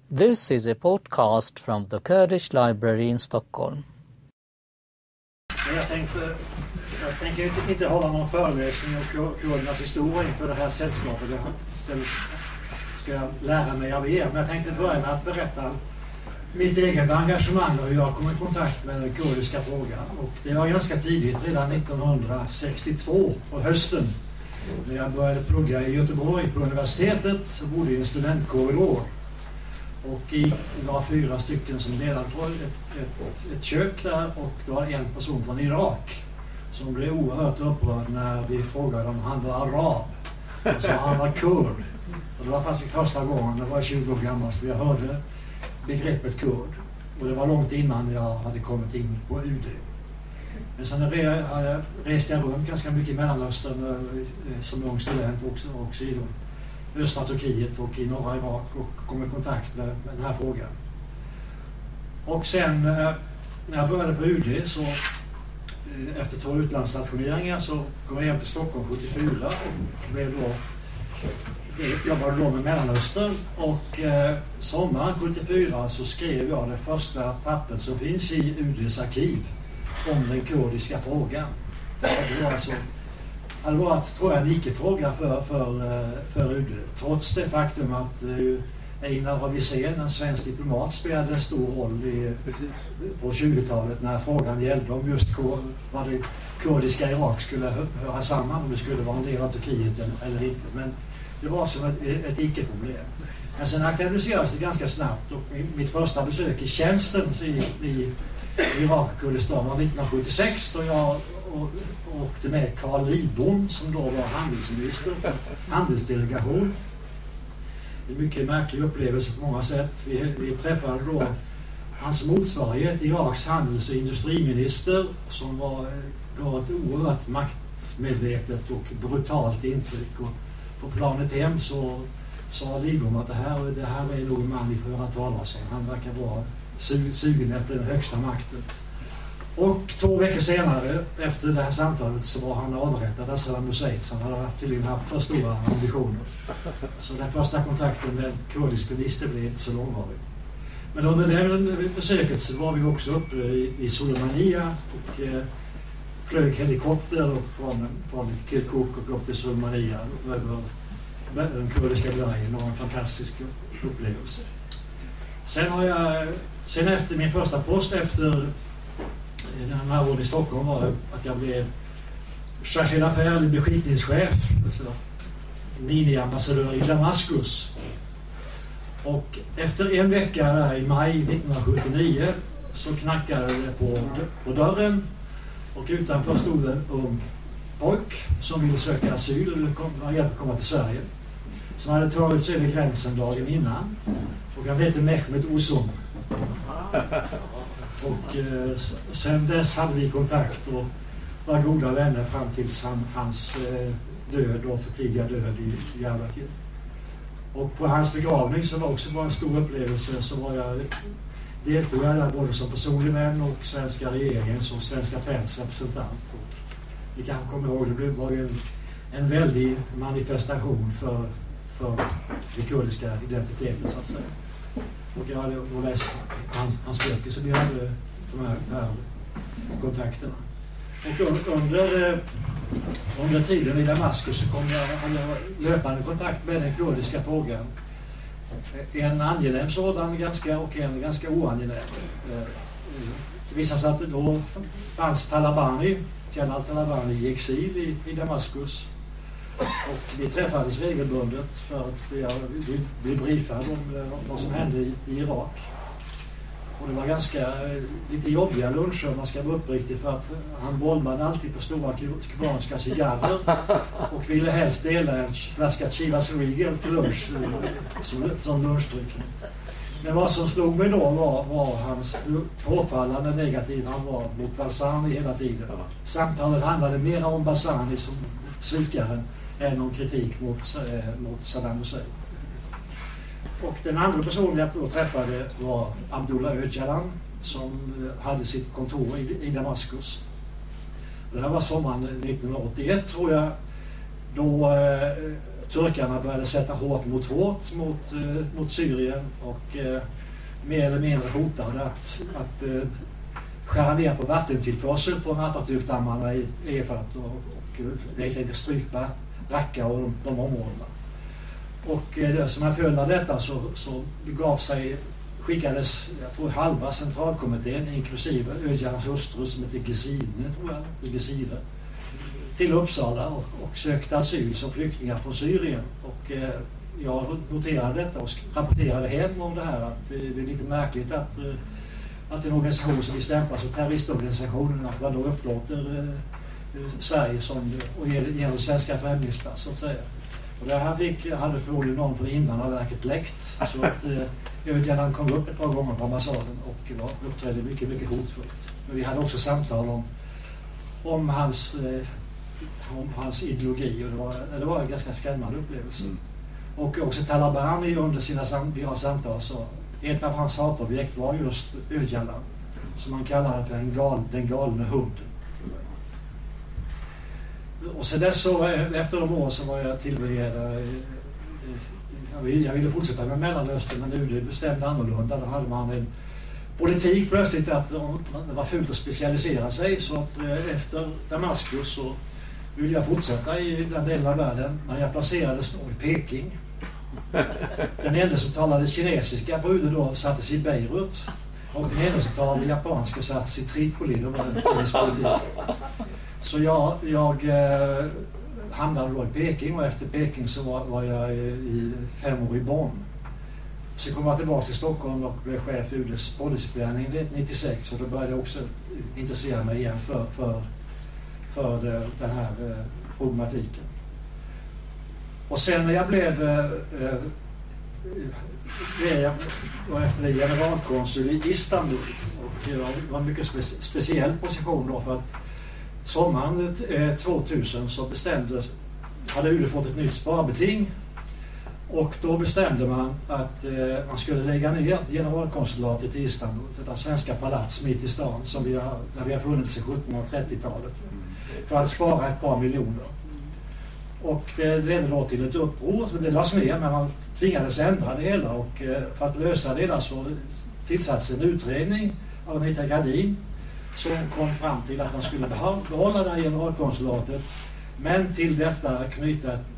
This is a podcast from the Kurdish Library in Stockholm. Jag tänker inte hålla någon föreläsning om kurdernas historia inför det här sällskapet. Istället ska jag lära mig av er. Men jag tänkte börja med att berätta mitt eget engagemang och hur jag kom i kontakt med den kurdiska frågan. Och det var ganska tidigt, redan 1962 på hösten. När jag började plugga i Göteborg på universitetet så bodde i en studentkorridor. Och det var 4 stycken som delade på ett kök där, och det var en person från Irak som blev oerhört upprörd när vi frågade om han var arab. Alltså han var kurd. Och det var faktiskt första gången, det var 20 år gammal, så jag hörde begreppet kurd. Och det var långt innan jag hade kommit in på UD. Men sen reste jag runt ganska mycket i Mellanöstern som ung student också i östra Turkiet och i norra Irak, och kom i kontakt med den här frågan. Och sen när jag började på UD så efter 2 utlandsstationeringar så kom jag hem till Stockholm 74 och jobbade då med Mellanöstern, och sommaren 74 så skrev jag det första pappret som finns i UDs arkiv om den kurdiska frågan. Det var alltså det var tror jag en icke-fråga för UD, trots det faktum att Einar av Wirsén, en svensk diplomat, spelade en stor roll på 20-talet när frågan gällde om just vad det kurdiska Irak skulle höra samman, om det skulle vara en del av Turkiet eller inte. Men det var som ett icke-problem. Men sen aktualiserades det ganska snabbt, och mitt första besök i tjänsten i Irak och Kurdistan var 1976, då jag åkte med Carl Lidbom som då var handelsminister, handelsdelegation. En mycket märklig upplevelse på många sätt. Vi träffade då hans motsvarighet, Iraks handels- och industriminister, som gav ett oerhört maktmedvetet och brutalt intryck. Och på planet hem så sa Lidbom att det här är nog en man vi får höra talas om. Han verkar vara sugen efter den högsta makten. Och 2 veckor senare, efter det här samtalet, så var han avrättad av Saddam Hussein. Så han hade tydligen haft för stora ambitioner. Så den första kontakten med kurdisk minister blev inte så långvarig. Men under det besöket så var vi också uppe i Sulemania och flög helikopter från Kirkuk och upp till Sulemania över den kurdiska bergen. Det var en fantastisk upplevelse. Sen efter min första post efter den här åren i Stockholm var att jag blev chargé d'affaires eller beskickningschef, mini-ambassadör i Damaskus. Och efter en vecka där i maj 1979 så knackade det på dörren, och utanför stod en ung pojk som ville söka asyl eller hjälp att komma till Sverige, som hade tagit sig över gränsen dagen innan, och han hette Mehmet Uzun. Och sen dess hade vi kontakt och var goda vänner fram till hans död och för tidiga död i Diyarbakir. Och på hans begravning som också var en stor upplevelse, så deltog jag där både som personlig vän och svenska regeringens och svenska PENs representant. Och vi kan komma ihåg, det var ju en väldig manifestation för den kurdiska identiteten, så att säga. Och jag hade läst hans böcker, så vi hade de här kontakterna. Och under tiden i Damaskus så hade jag löpande kontakt med den kurdiska frågan. En angenäm sådan och en ganska oangenäm. Det visade sig att då fanns General Talabani i exil i Damaskus. Och vi träffades regelbundet för att bli briefad om vad som hände i Irak. Och det var lite jobbiga luncher, man ska vara uppriktig, för att han bollade alltid på stora kubanska cigarrer och ville helst dela en flaska Chivas Regal till lunch som lunchdryck. Men vad som slog mig då var hans påfallande negativa han var mot Barzani hela tiden. Samtalet handlade mer om Barzani som svikaren än om kritik mot Saddam Hussein. Och den andra personen jag då träffade var Abdullah Öcalan, som hade sitt kontor i Damaskus. Det här var sommaren 1981 tror jag. Då turkarna började sätta hårt mot mot Syrien och mer eller mindre hotade att skära ner på vattentillförsel från Atatürk-dammarna i Efat och egentligen strypa Raqqa och de områdena. Och som en följd av detta så skickades, jag tror, halva centralkommittén inklusive Öcalans hustru som heter Gesine till Uppsala och sökte asyl som flyktingar från Syrien. Och jag noterade detta och rapporterade hem om det här, att det är lite märkligt att en organisation som vi stämplar som terroristorganisationen, att man då upplåter Sverige och ger de svenska främlingspass, så att säga. Och det här hade förmodligen någon från Invandrarverket läckt, så att Öcalan kom upp ett par gånger på ambassaden och uppträdde mycket, mycket hotfullt. Men vi hade också samtal om hans ideologi, och det var en ganska skrämmande upplevelse. Och också Talabani under sina samtal så ett av hans hatobjekt var just Öcalan, som man kallade för den galne hunden. Och så dess så, efter de år så var jag tillbringade, jag ville fortsätta med Mellanöstern, men nu det bestämde annorlunda. Då hade man en politik plötsligt att det var fult att specialisera sig, så att efter Damaskus så ville jag fortsätta i den delen av världen, när jag placerades då i Peking. Den enda som talade kinesiska bruden då sattes i Beirut, och den enda som talade japanska sattes i Tripoli. Då var det politik. Så jag hamnade då i Peking, och efter Peking så var jag i 5 år i Bonn. Så kom jag tillbaka till Stockholm och blev chef för UD:s policyplanering 1996, och då började jag också intressera mig igen för den här problematiken. Och sen när jag blev efter det generalkonsul i Istanbul, och det var en mycket speciell position då, för att sommaren 2000 så hade UD fått ett nytt sparbeting, och då bestämde man att man skulle lägga ner generalkonsulatet i Istanbul, detta svenska palats mitt i stan där vi har funnits i 1730-talet, för att spara ett par miljoner. Och det ledde då till ett uppror, det lades ner, men man tvingades ändra det hela, och för att lösa det så tillsattes en utredning av Anita Gradin som kom fram till att man skulle behålla det här generalkonsulatet, men till detta knyta ett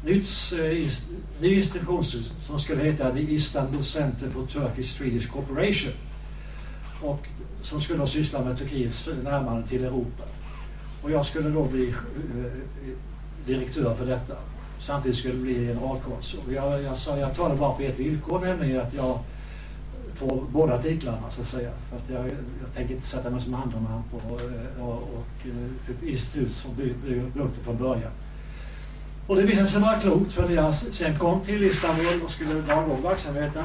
ny institution som skulle heta The Istanbul Center for Turkish-Swedish Cooperation, och som skulle syssla med Turkiets närmande till Europa. Och jag skulle då bli direktör för detta. Samtidigt skulle det bli generalkonsul. Jag sa, jag tar det bara på ett villkor, nämligen att jag får båda titlarna, så att säga. För att jag tänker inte sätta mig som andra man på ett institut som byggde upp från början. Och det visade sig vara klokt, för när jag sen kom till Istanbul och skulle dra igång verksamheten,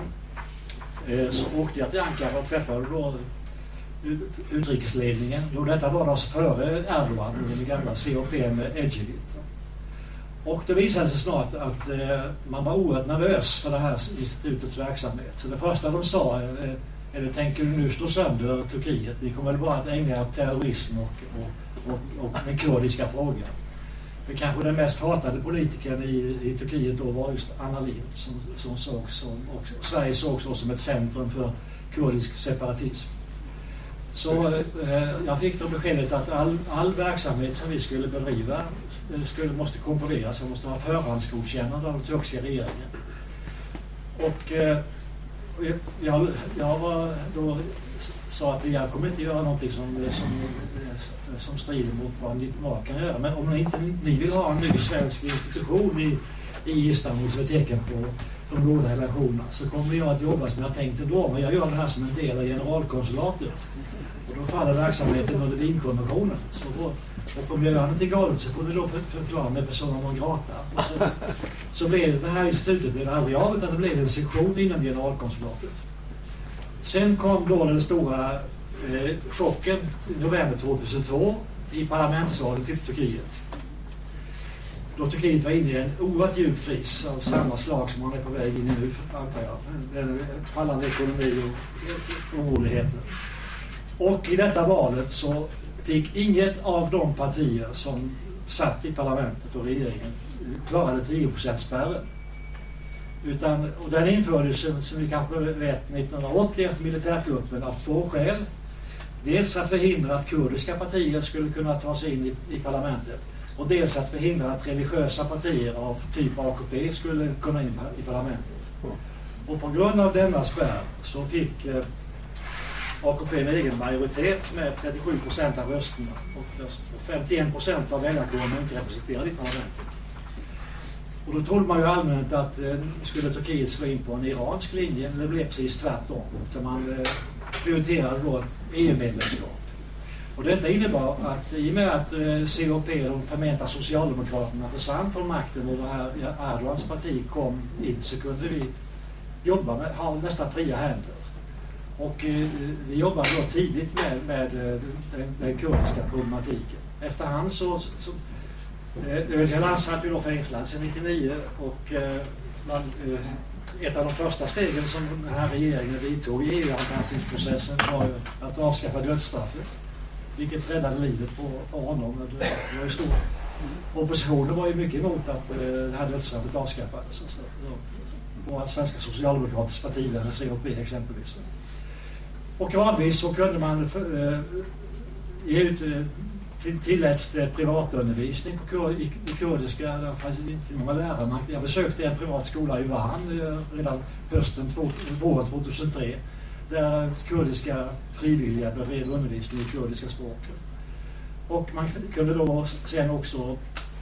så åkte jag till Ankara och träffade då utrikesledningen. Detta var alltså före Erdogan, den gamla COP med Ecevit. Och det visade sig snart att man var oerhört nervös för det här institutets verksamhet. Så det första de sa är tänker du nu slå sönder Turkiet? Vi kommer väl bara att ägna åt terrorism och den kurdiska frågan. För kanske den mest hatade politikern i Turkiet då var just Anna Lindh, som sågs och Sverige sågs då som ett centrum för kurdisk separatism. Så jag fick då beskedet att all verksamhet som vi skulle bedriva måste kontrolleras, och måste vara förhandsgodkännande av den turkiska regeringen. Och jag var då sa att jag kommer inte göra någonting som strider mot vad en diplomat kan göra. Men om ni vill ha en ny svensk institution i Istanbul som är tecken på de goda relationerna, så kommer jag att jobba som jag tänkte då, men jag gör det här som en del av generalkonsulatet. Och då faller verksamheten under Wienkonventionen. Och om jag gör någonting galet så får du då förklara med persona non grata. Och så blev det här institutet aldrig av, utan det blev en sektion inom generalkonsulatet. Sen kom då den stora chocken i november 2002 i parlamentsvalet till Turkiet. Då Turkiet var inne i en oerhört djup kris av samma slag som man är på väg in i nu, antar jag. En fallande ekonomi och oroligheter. Och i detta valet så fick inget av de partier som satt i parlamentet och regeringen klarade 10%-spärren. Och den infördes, som vi kanske vet, 1980 efter militärkuppen av två skäl. Dels att förhindra att kurdiska partier skulle kunna ta sig in i parlamentet. Och dels att förhindra att religiösa partier av typ AKP skulle kunna in i parlamentet. Och på grund av denna spärr så fick AKP en egen majoritet med 37% av rösterna. Och 51% av väljarkåren var inte representerade i parlamentet. Och då trodde man ju allmänt att skulle Turkiet slå in på en iransk linje, men det blev precis tvärtom. Där man prioriterade då EU-medlemskap. Och detta innebar att i och med att CHP, de förmenta socialdemokraterna, försvann från makten och det här Erdogans parti kom in, så kunde vi jobba med, ha nästan fria händer. Och vi jobbade då tidigt med den kurdiska problematiken. Efterhand så Öcalan satt ju då fängslad sedan 1999 och ett av de första stegen som den här regeringen vidtog i EU-anpassningsprocessen var att avskaffa dödsstraffet, vilket räddade livet på honom. Det var ju stort. Oppositionen var ju mycket emot att det här dödsstraffet avskaffades. Våra svenska socialdemokratiska partivänner, CHP exempelvis. Och gradvis så kunde man ge ut tilläts privatundervisning i kurdiska. Det fanns inte många lärare. Jag besökte en privat skola i Van redan våren 2003 där kurdiska frivilliga bedrev undervisning i kurdiska språket. Och man kunde då sen också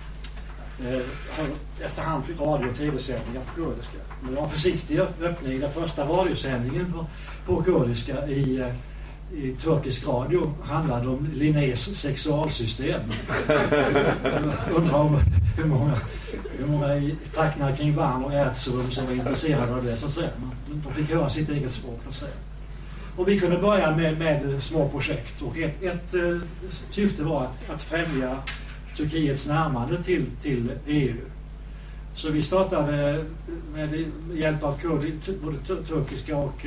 efterhand fick radio- och tv-sändningar på kurdiska. Men det var en försiktig öppning. Den första radiosändningen på kurdiska i turkisk radio handlade om Linnés sexualsystem. Undrar om hur många i trakterna kring Van och Erzurum som var intresserade av det, så att säga. De fick höra sitt eget språk, så att säga. Och vi kunde börja med små projekt. Och ett syfte var att främja Turkiets närmande till EU. Så vi startade med hjälp av både turkiska och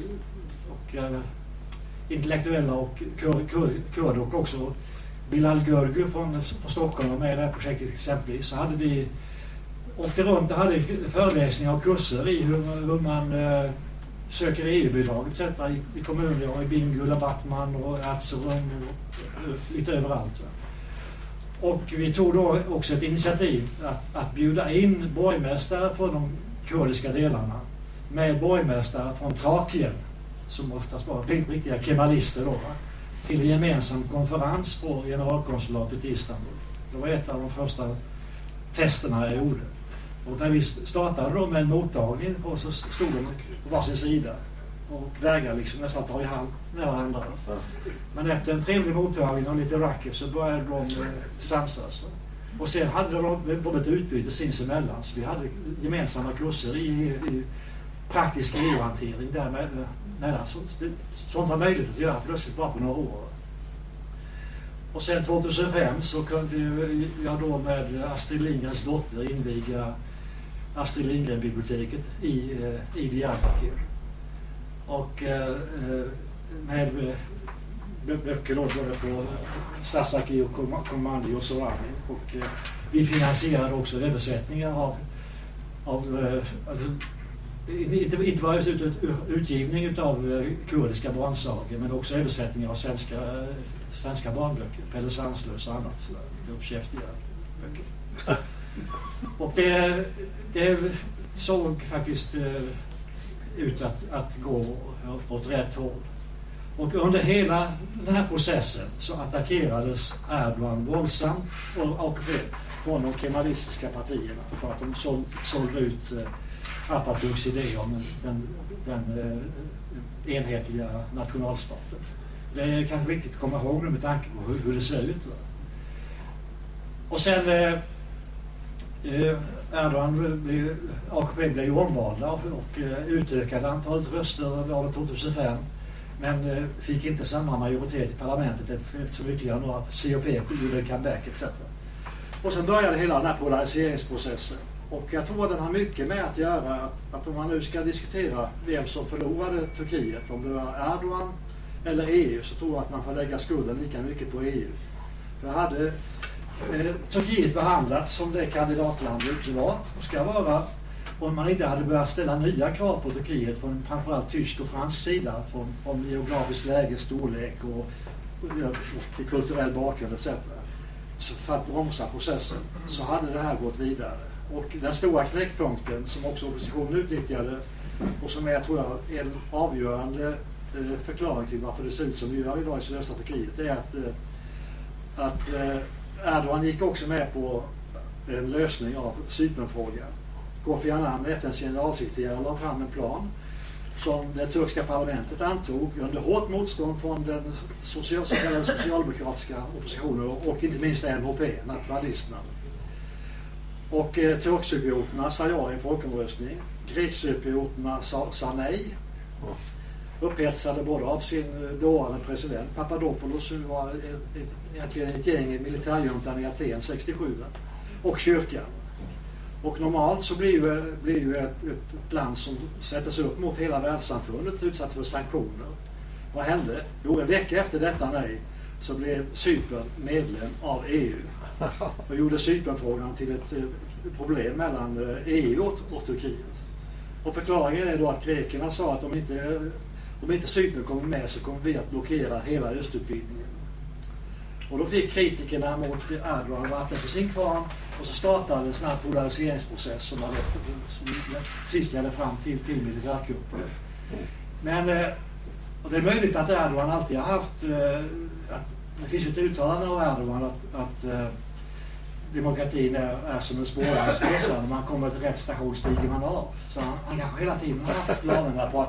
intellektuella och kurder och också Bilal Görgü från Stockholm och med i det här projektet exempelvis. Så hade vi åkte runt och hade föreläsningar och kurser i hur man söker EU-bidrag etc. i kommuner och i Bingöl, Batman och Erzurum och lite överallt. Och vi tog då också ett initiativ att bjuda in borgmästare från de kurdiska delarna med borgmästare från Trakien, som oftast var riktiga kemalister då, till en gemensam konferens på generalkonsulatet i Istanbul. Det var ett av de första testerna jag gjorde. Och när vi startade då med en mottagning så stod de på varsin sida och vägrade liksom nästan ta i hand med varandra. Men efter en trevlig mottagning och lite racker så började de samsas. Och sen hade de ett utbyte sinsemellan. Så vi hade gemensamma kurser i praktisk EU-hantering där mellan. Sånt var möjligt att göra plötsligt bara på några år. Och sen 2005 så kunde jag då med Astrid Lindgrens dotter inviga Astrid Lindgren-biblioteket i Diyarbakir. Och med böcker då både på Sasaki och Komandi och Sorani. Och vi finansierade också översättningar inte bara utgivning av kurdiska barnsagor, men också översättningar av svenska barnböcker, Pelle Svanslös och annat uppkäftiga böcker. Och det såg faktiskt ut att gå åt rätt håll. Och under hela den här processen så attackerades Erdogan våldsamt och AKP från de kemalistiska partierna för att de sålde ut Atatürks idé om den enhetliga nationalstaten. Det är kanske viktigt att komma ihåg med tanke på hur det ser ut. Och sen AKP blev ju omvalda och utökade antalet röster valet 2005, men fick inte samma majoritet i parlamentet eftersom ytterligare några CHP gjorde comeback etc. Och sen började hela den här polariseringsprocessen. Och jag tror att den har mycket med att göra att om man nu ska diskutera vem som förlorade Turkiet, om det var Erdogan eller EU, så tror jag att man får lägga skulden lika mycket på EU. För hade Turkiet behandlats som det kandidatland det var och ska vara, om man inte hade börjat ställa nya krav på Turkiet från framförallt tysk och fransk sida om geografisk läge, storlek och kulturell bakgrund etc. Så för att bromsa processen så hade det här gått vidare. Och den stora knäckpunkten som också oppositionen utnyttjade och som är, tror jag, en avgörande förklaring till varför det ser ut som det gör idag i sydöstra Turkiet är att Erdogan gick också med på en lösning av Cypernfrågan. Kofi Annan, FNs generalsekreterare, la fram en plan som det turkiska parlamentet antog under hårt motstånd från den så kallade socialdemokratiska oppositionen och inte minst NHP, nationalisterna. Och turkcyprioterna sa ja i en folkomröstning. Grekcyprioterna sa nej. Upphetsade både av sin dåvarande president Papadopoulos, som var egentligen ett gäng i militärjuntan i Aten 67, och kyrkan. Och normalt så blir ju ett land som sätts upp mot hela världssamfundet utsatt för sanktioner. Vad hände? Jo, en vecka efter detta nej så blev Cypern medlem av EU. Och gjorde Cypernfrågan till ett problem mellan EU och Turkiet. Och förklaringen är då att grekerna sa att om inte Cypern kommer med så kommer vi att blockera hela östutvidgningen. Och då fick kritikerna mot Erdogan vatten på sin kvarn och så startade en snabb polariseringsprocess som sist ledde fram till militärkuppen. Men och det är möjligt att Erdogan alltid har haft, det finns ju ett uttalande av Erdogan att demokratin är som en spårvagnsresa. När man kommer till rätt station stiger man av. Så han kanske hela tiden har haft planerna på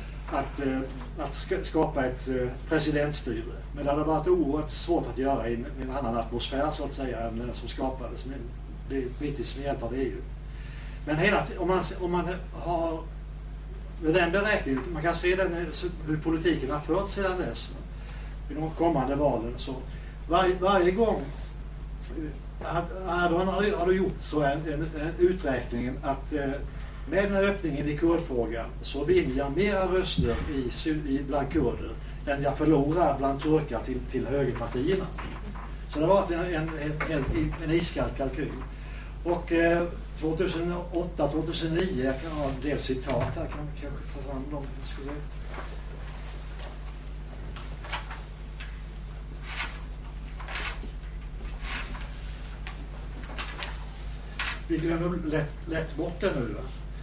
att skapa ett presidentstyre. Men det hade varit oerhört svårt att göra i en annan atmosfär så att säga än den som skapades med hjälp av EU. Men om man har med den beräkningen, man kan se hur politiken har förts sedan dess i de kommande valen. Så varje gång Erdogan har gjort så en uträkningen att med den här öppningen i kurdfrågan så vinner jag mera röster bland kurder än jag förlorar bland turkar till högerpartierna. Så det har varit en iskall kalkyl. Och 2008-2009, jag kan ha en del citat här, kan kanske ta fram dem. Vi glömmer lätt bort det nu.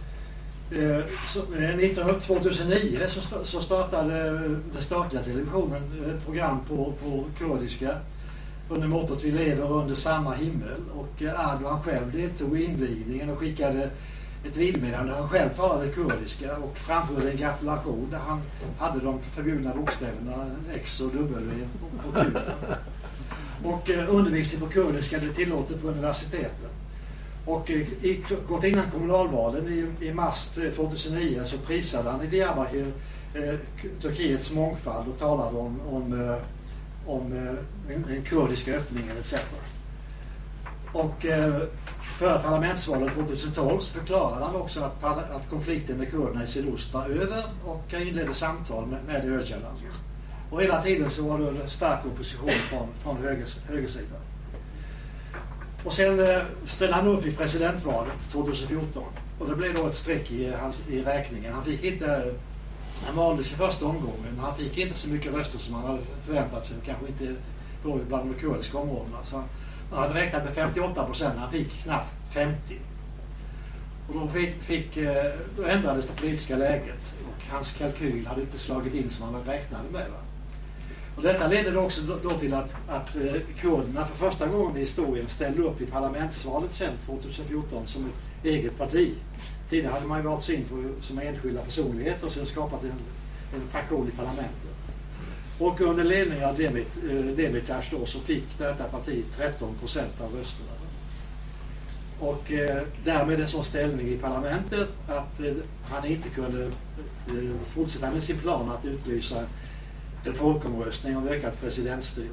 2009 så startade den statliga televisionen ett program på kurdiska under mottot "Vi lever under samma himmel", och Erdogan själv deltog i invigningen och skickade ett videomeddelande där han själv talade kurdiska och framförde en gratulation där han hade de förbjudna bokstäverna X och W på Q. Och undervisning på kurdiska är tillåtet på universiteten. Och kort innan kommunalvalen i mars 2009 så prisade han i Diyarbakir Turkiets mångfald och talade om den kurdiska öppningen etc. Och för parlamentsvalet 2012 så förklarade han också att konflikten med kurderna i sydost var över och inledde samtal med Öcalan. Och hela tiden så var det stark opposition från högersidan. Och sen ställde han upp i presidentvalet 2014 och det blev då ett streck i räkningen. Han valdes i första omgången, men han fick inte så mycket röster som han hade förväntat sig, kanske inte då bland de kurdiska områdena. Så han hade räknat med 58%, han fick knappt 50%. Och då ändrades det politiska läget och hans kalkyl hade inte slagit in som han hade räknat med. Va? Och detta ledde också då till att kurderna för första gången i historien ställde upp i parlamentsvalet sen 2014 som ett eget parti. Tidigare hade man ju varit in som enskilda personligheter och sen skapat en fraktion i parlamentet. Och under ledning av Demirtas då så fick detta parti 13% av rösterna. Och därmed en sån ställning i parlamentet att han inte kunde fortsätta med sin plan att utlysa en folkomröstning om ökat presidentstyre.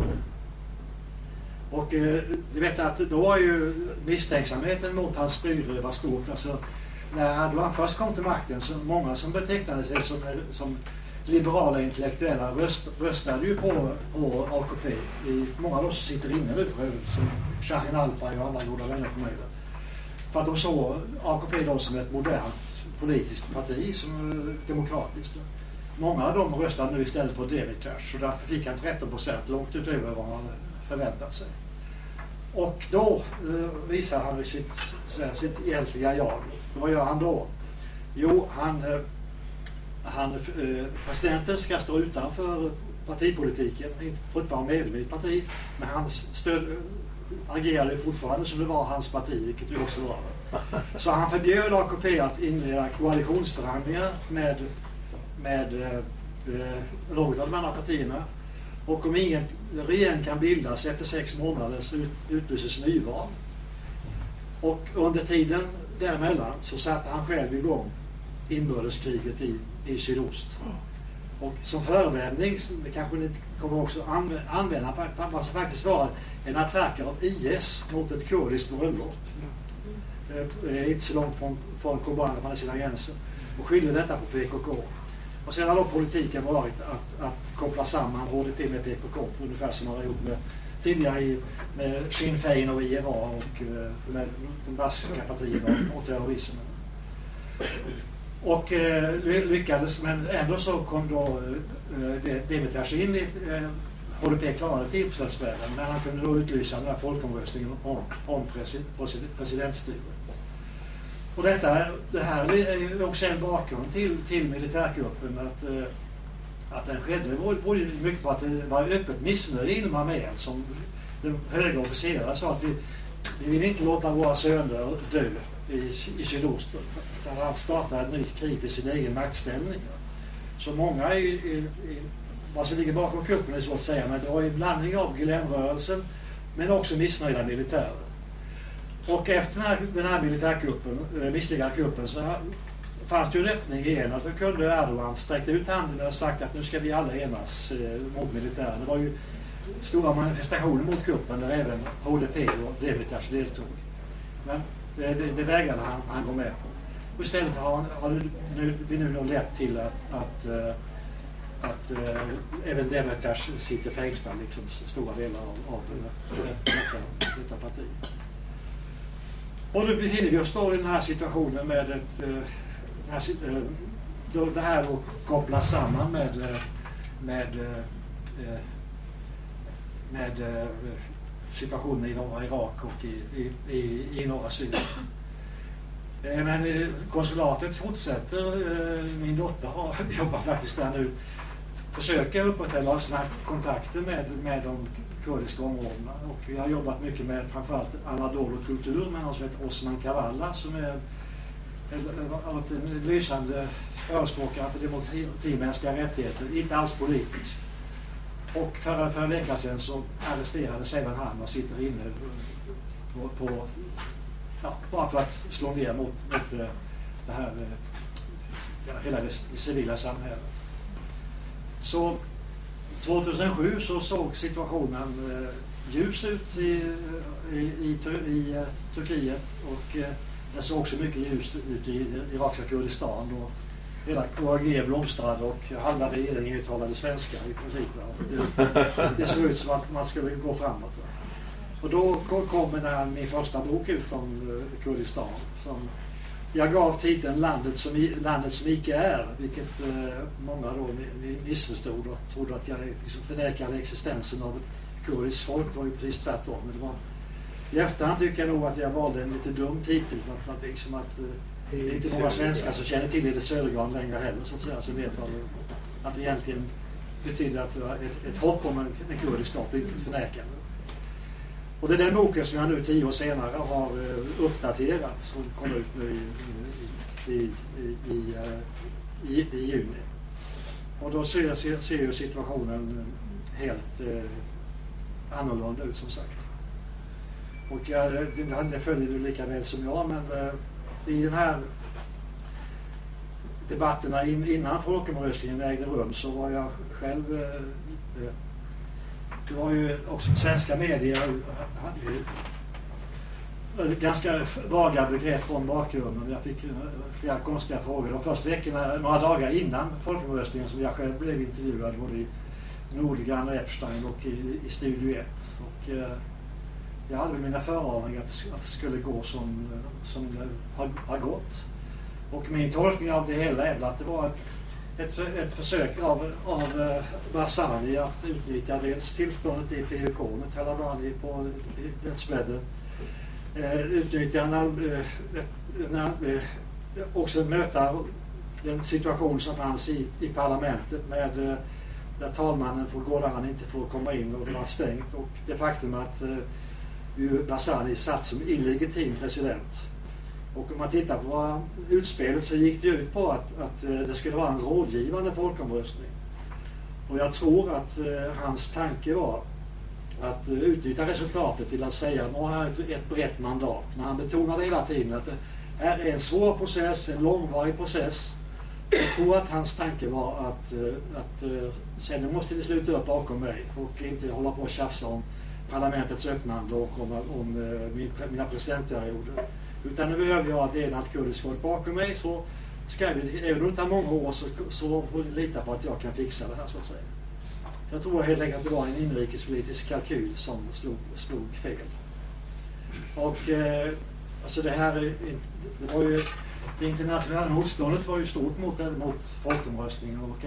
Och du vet att då var ju misstänksamheten mot hans styre var stort. Alltså, när Erdogan först kom till makten så många som betecknade sig som liberala intellektuella röstade ju på AKP. Många av oss sitter inne nu för övrigt som Shahin Alpay och andra goda vänner för mig. för att de såg AKP då som ett modernt politiskt parti som demokratiskt. Många av dem röstade nu istället på Demirtas, så därför fick han 13%, långt utöver vad man förväntat sig. Och då visar han sitt egentliga jag. Vad gör han då? Jo, presidenten ska stå utanför partipolitiken, får inte vara medlem i ett parti, men han agerade fortfarande som det var hans parti, vilket det också var. Så han förbjöd AKP att inleda koalitionsförhandlingar med något av de andra partierna. Och om ingen regering kan bildas efter 6 månader så utlyses nyval. Och under tiden däremellan så satte han själv igång inbördeskriget i sydost. Och som förevändning, det kanske ni kommer också använda, vad som faktiskt var en attack av IS mot ett kurdiskt bröllop. Inte så långt från Kobane på sina gränser. Och skyllde detta på PKK. Och sen har då politiken varit att koppla samman HDP med PKK, ungefär som man har gjort tidigare med Sinn Féin och IRA och med de baskiska partierna och terrorismen. Och lyckades, men ändå så kom då Demirtas in i HDP klarade 10%-spärren, men han kunde då utlysa den här folkomröstningen om presidentstyre. Och det här är också en bakgrund till militärkuppen, att den skedde berodde mycket på att det var öppet missnöje inom armén, som de höga officerare sa att vi vill inte låta våra söner dö i sydost. Så han startade ett nytt krig för sin egen maktställning. Så många vad som ligger bakom kuppen är svårt att säga, men det var en blandning av Gülenrörelsen men också missnöjda militärer. Och efter den här militärkuppen, misslyckade kuppen, så fanns det ju en öppning igen, och då kunde Erdogan sträckt ut handen och sagt att nu ska vi alla enas mot militären. Det var ju stora manifestationer mot kuppen där även HDP och Demirtas deltog. Men det vägrade han gå med på. Och istället har vi nu lett till att även Demirtas sitter fängslad, liksom stora delar av detta parti. Och nu befinner vi oss då i den här situationen med det här då kopplas samman med situationen i norra Irak och i norra Syrien. Men konsulatet fortsätter. Min dotter jobbar faktiskt där nu. Försöker upprätthålla sådana kontakter med de kurdiska områdena. Och vi har jobbat mycket med framförallt Anadolu-kultur med någon som heter Osman Kavala, som är en lysande förespråkare för demokrati, mänskliga rättigheter, inte alls politisk. Och för en vecka sedan så arresterades även han och sitter inne bara för att slå ner mot det här hela det civila samhället. Så 2007 så såg situationen ljus ut i Turkiet, och det såg också mycket ljust ut i irakiska Kurdistan, och hela KAG blomstrade och halva regeringen uttalade svenska i princip. Det såg ut som att man skulle gå framåt. Och då kom min första bok ut om Kurdistan, som jag gav titeln Landet som icke är, vilket många då missförstod och trodde att jag liksom förnekade existensen av ett kurdiskt folk. Det var ju precis tvärtom. Men det var, i efterhand tycker jag nog att jag valde en lite dum titel, för att liksom det är inte många svenskar som känner till det Södergran längre heller, så att säga, så vet att det egentligen betyder att ett hopp om en kurdisk stat, inte förnekande. Och det är den boken som jag nu 10 år senare har uppdaterat, som kom ut nu i juni. Och då ser ju situationen helt annorlunda ut, som sagt. Och det följer du lika väl som jag, men i den här debatterna innan folkomröstningen ägde rum så var jag själv det var ju också svenska medier hade ju ganska vaga begrepp om bakgrunden. Jag fick flera konstiga frågor. De första veckorna, några dagar innan folkomröstningen, som jag själv blev intervjuad både i Nordgren och Epstein och i Studio 1. Och jag hade mina föraningar att det skulle gå som har gått. Och min tolkning av det hela är att det var ett försök av Barzani att utnyttja dels tillståndet i PUK med Talabani på dödsbädden, utnyttja också möta den situation som fanns i parlamentet med där talmannen för Gordani inte får komma in och det var stängt, och det faktum att Barzani satt som illegitim president. Och om man tittar på utspelet så gick det ut på att det skulle vara en rådgivande folkomröstning. Och jag tror att hans tanke var att utnyttja resultatet till att säga att man har ett brett mandat. Men han betonade hela tiden att det här är en svår process, en långvarig process. Jag tror att hans tanke var att sen måste vi sluta upp bakom mig och inte hålla på och tjafsa om parlamentets öppnande och om mina presidentperioder. Utan nu behöver jag att det är ett kurdiskt folk bakom mig, så ska vi, även om det tar många år så får vi lita på att jag kan fixa det här, så att säga. Jag tror helt enkelt att det var en inrikespolitisk kalkyl som slog fel. Och alltså det här det var ju, det internationella motståndet var ju stort mot folkomröstningen, och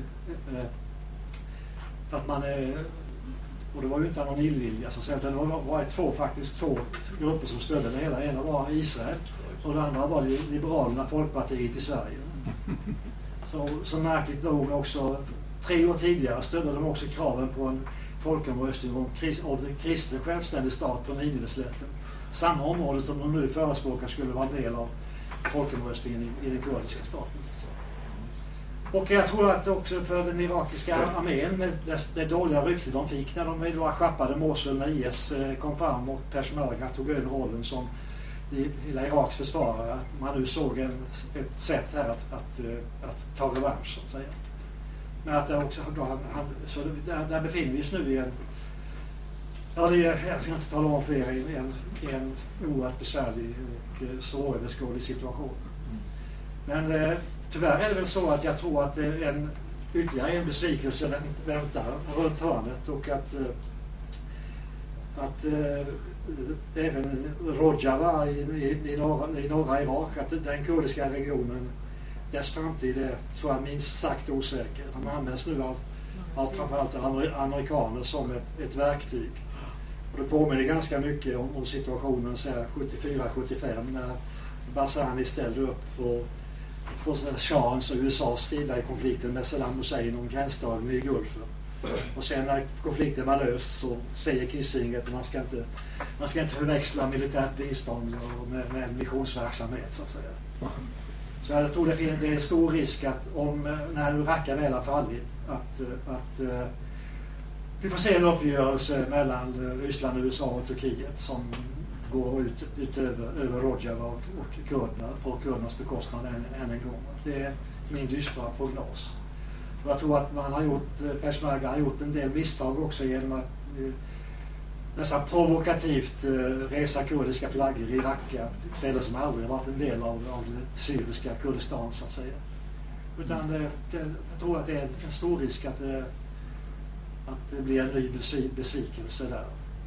att man och det var ju inte någon illvilja, så att det var två grupper som stödde det hela. Ena var Israel och det andra var Liberalerna, Folkpartiet i Sverige. Så märkligt nog också 3 år tidigare stödde de också kraven på en folkomröstning om kristen självständig stat på Nineveslätten. Samma område som de nu förespråkar skulle vara en del av folkomröstningen i den kurdiska staten. Och jag tror att också för den irakiska armén med det dåliga rykte de fick när de då schappade Mosul när IS kom fram och Peshmerga tog över rollen som hela Iraks försvarare, att man nu såg ett sätt här att ta revansch, så att säga. Men att det också så där befinner vi oss nu i en, jag ska inte tala om för er, i en oerhört besvärlig och svåröverskådlig situation. Men tyvärr är det väl så att jag tror att ytterligare en besvikelse väntar runt hörnet, och att även Rojava i norra Irak, att den kurdiska regionen, dess framtid är, tror jag, minst sagt osäker. De används nu av framförallt amerikaner som ett verktyg. Och det påminner ganska mycket om situationen 74-75 när Barzani ställde upp på Shahens och USAs sida i konflikten med Saddam Hussein om gränsdragningen i Gulfen. Och sen när konflikten var löst så säger Kissinger att man ska inte förväxla militärt bistånd med missionsverksamhet, så att säga. Så jag tror det är stor risk att när nu Raqqa väl har fallit att vi får se en uppgörelse mellan Ryssland, USA och Turkiet som går ut över Rojava och kurderna på kurdernas bekostnad än en gång. Det är min dystra prognos. Och jag tror att Peshmerga har gjort en del misstag också genom att nästan provokativt resa kurdiska flaggor i Raqqa, ett ställe som aldrig varit en del av det syriska Kurdistan, så att säga. Utan jag tror att det är en stor risk att det blir en ny besvikelse där.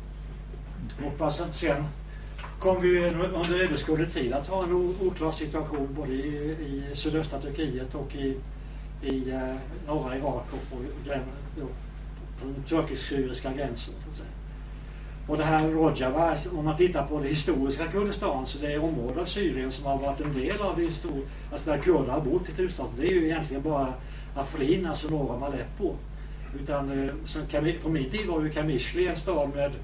Och sen kommer vi under överskådlig tid att ha en oklar situation både i sydöstra Turkiet och i norra Irak och på den turkisk-syriska gränsen, så att säga. Och det här Rojava, om man tittar på det historiska Kurdistan, så det är område av Syrien som har varit en del av det alltså där kurderna har bott i tusen, det är ju egentligen bara Afrin, alltså norra av Aleppo. Utan på min tid var ju Kamishli en stad med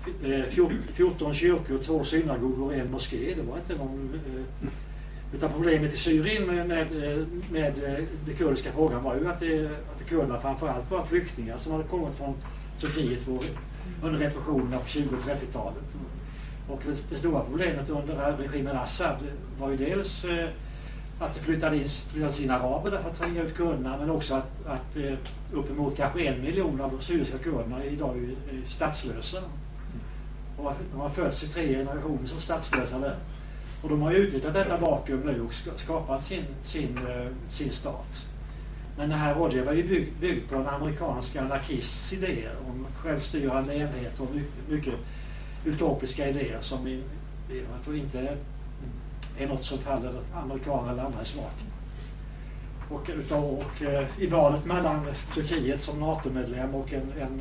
14 kyrkor, 2 synagogor och en moské. Det var inte någon... Utan problemet i Syrien med den kurdiska frågan var ju att kurderna framförallt var flyktingar som hade kommit från Turkiet under repressionen på 20- och 30-talet. Och det stora problemet under regimen Assad var ju dels att det flyttades in araber för att tränga ut kurderna, men också att uppemot kanske 1 miljon av de syriska kurderna idag är statslösa. Och de har fötts i 3 generationer som statslösa där. Och de har utnyttjat detta vakuum nu och skapat sin stat. Men det här Rojava var ju byggt på en amerikansk anarkists idéer om självstyrande enheter och mycket utopiska idéer som jag tror inte är något som faller amerikaner eller andra i smaken. Och i valet mellan Turkiet som NATO-medlem och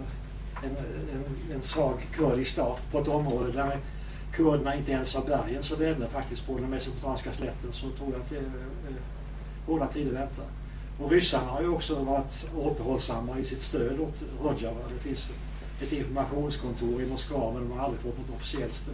en svag kurdisk stat på ett område där kurderna inte ens har bergen så vädlar faktiskt på den mesopotamiska slätten, så tror jag att det är båda tider väntar. Och ryssarna har ju också varit återhållsamma i sitt stöd åt Rojava. Det finns ett informationskontor i Moskva, men de har aldrig fått något officiellt stöd.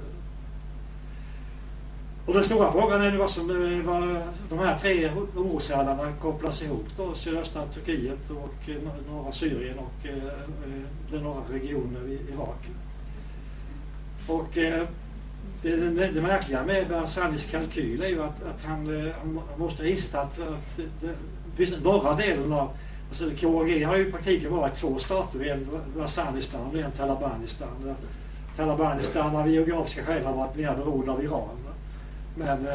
Och den stora frågan är nu vad de här tre oroshärdarna kopplas ihop då, sydöstra Turkiet och norra Syrien och den norra regionen i Irak. Och det märkliga med Barzanis kalkyl är ju att han måste ha insett att norra delen av KRG har ju i praktiken varit två stater, en Barzanistan och en Talabanistan. Talabanistan av geografiska skäl har varit mer beroende av Iran. Men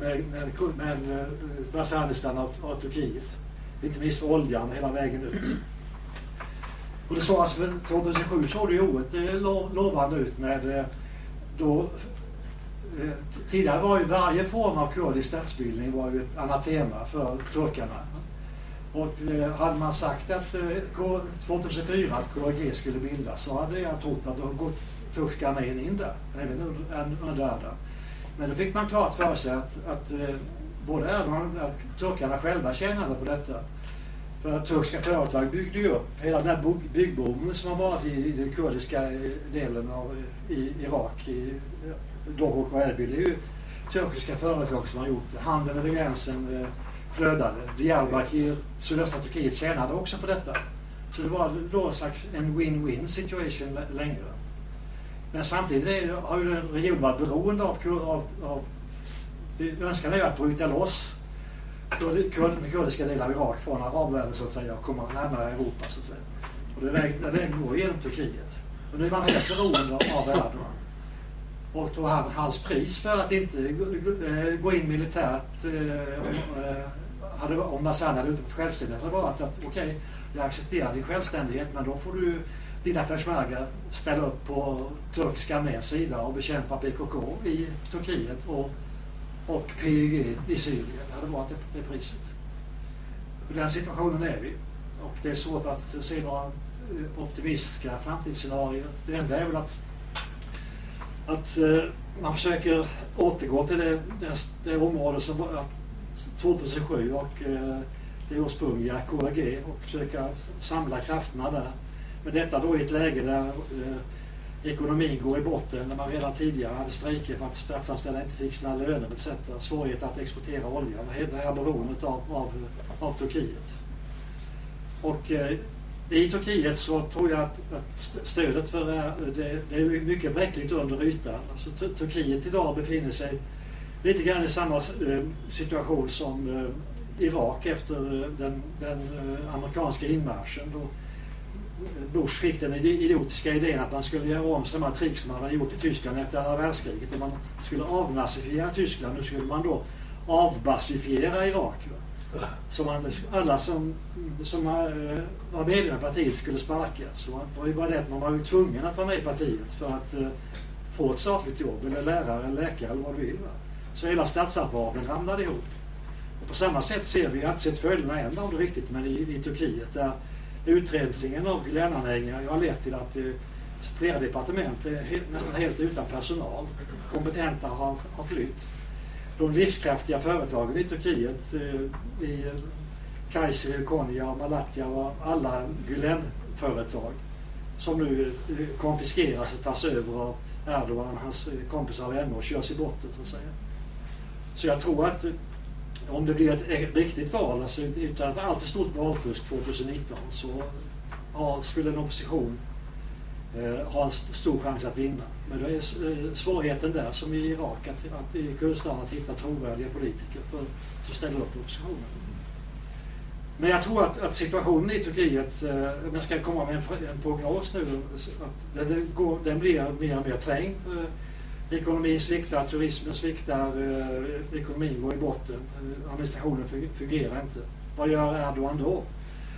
Barzanistan av Turkiet. Inte minst för oljan hela vägen ut. Och det så alltså för 2007 såg det ju lovande ut med då tidigare var ju varje form av kurdisk statsbildning var ju ett anatema för turkarna. Och hade man sagt att 2004 att KRG skulle bildas så hade jag trott att det gått turkiska armén in där, även under Erdogan. Men då fick man klart för sig att både Erdogan och turkarna själva tjänade på detta. För att turkiska företag byggde ju upp hela den här byggboomen som har varit i den kurdiska delen av Irak, i Dohuk och Erbil. Det är ju turkiska företag som har gjort det. Handeln över gränsen flödade. Diyarbakir, sydöstra Turkiet tjänade också på detta. Så det var då en slags en win-win situation längre. Men samtidigt har ju regionen varit beroende av önskan är ju att bryta loss kurdiska delar av Irak från arabvärlden så att säga och komma närmare Europa så att säga. Och det vägen går genom Turkiet. Och nu är man helt beroende av Erdogan. Och då hans pris för att inte gå in militärt om Barzani hade inte fått självständighet hade varit att okej, jag accepterar din självständighet men då får du dina peshmerga ställa upp på turkiska arméns sida och bekämpa PKK i Turkiet och PYG i Syrien. Det hade varit det priset. I den situationen är vi. Och det är svårt att se några optimistiska framtidsscenarier. Det enda är väl att man försöker återgå till det område som var 2007 och det ursprungliga KRG och försöka samla krafterna där. Men detta då i ett läge där ekonomin går i botten, när man redan tidigare hade strejker för att statsanställda inte fick sina löner etc. Svårighet att exportera olja. Det här beroendet av Turkiet. Och i Turkiet så tror jag att stödet för det är mycket bräckligt under ytan. Alltså, Turkiet idag befinner sig lite grann i samma situation som Irak efter den amerikanska inmarschen. Då Bush fick den idiotiska idén att man skulle göra om samma trick som man hade gjort i Tyskland efter andra världskriget. Man skulle avnazifiera Tyskland, nu skulle man då avbasifiera Irak. Så alla som var medlemmar i partiet skulle sparka. Så man var ju bara det att man var ju tvungen att vara med i partiet för att få ett sakligt jobb, eller lärare, eller läkare eller vad du vill. Så hela statsapparaten ramlade ihop. Och på samma sätt ser vi, jag har inte sett följderna än av det riktigt, men i Turkiet där utrensningen av Gülenanhängare har lett till att flera departement är nästan helt utan personal. Kompetenta har flytt. De livskraftiga företagen i Turkiet, i Kayseri, Konya och Malatya var alla Gülen-företag som nu konfiskeras och tas över av Erdogan, hans kompisar och vänner och körs i botten så att säga. Så jag tror att om det blir ett riktigt val, alltså utan ett alltför stort valfusk 2019 så skulle en opposition ha en stor chans att vinna. Men då är svårigheten där som i Irak att i Kurdistan att hitta trovärdiga politiker som ställer upp oppositionen. Men jag tror att situationen i Turkiet, om jag ska komma med en prognos nu, att den blir mer och mer trängd. Ekonomin sviktar, turismen sviktar, ekonomin går i botten, administrationen fungerar inte. Vad gör Erdogan då?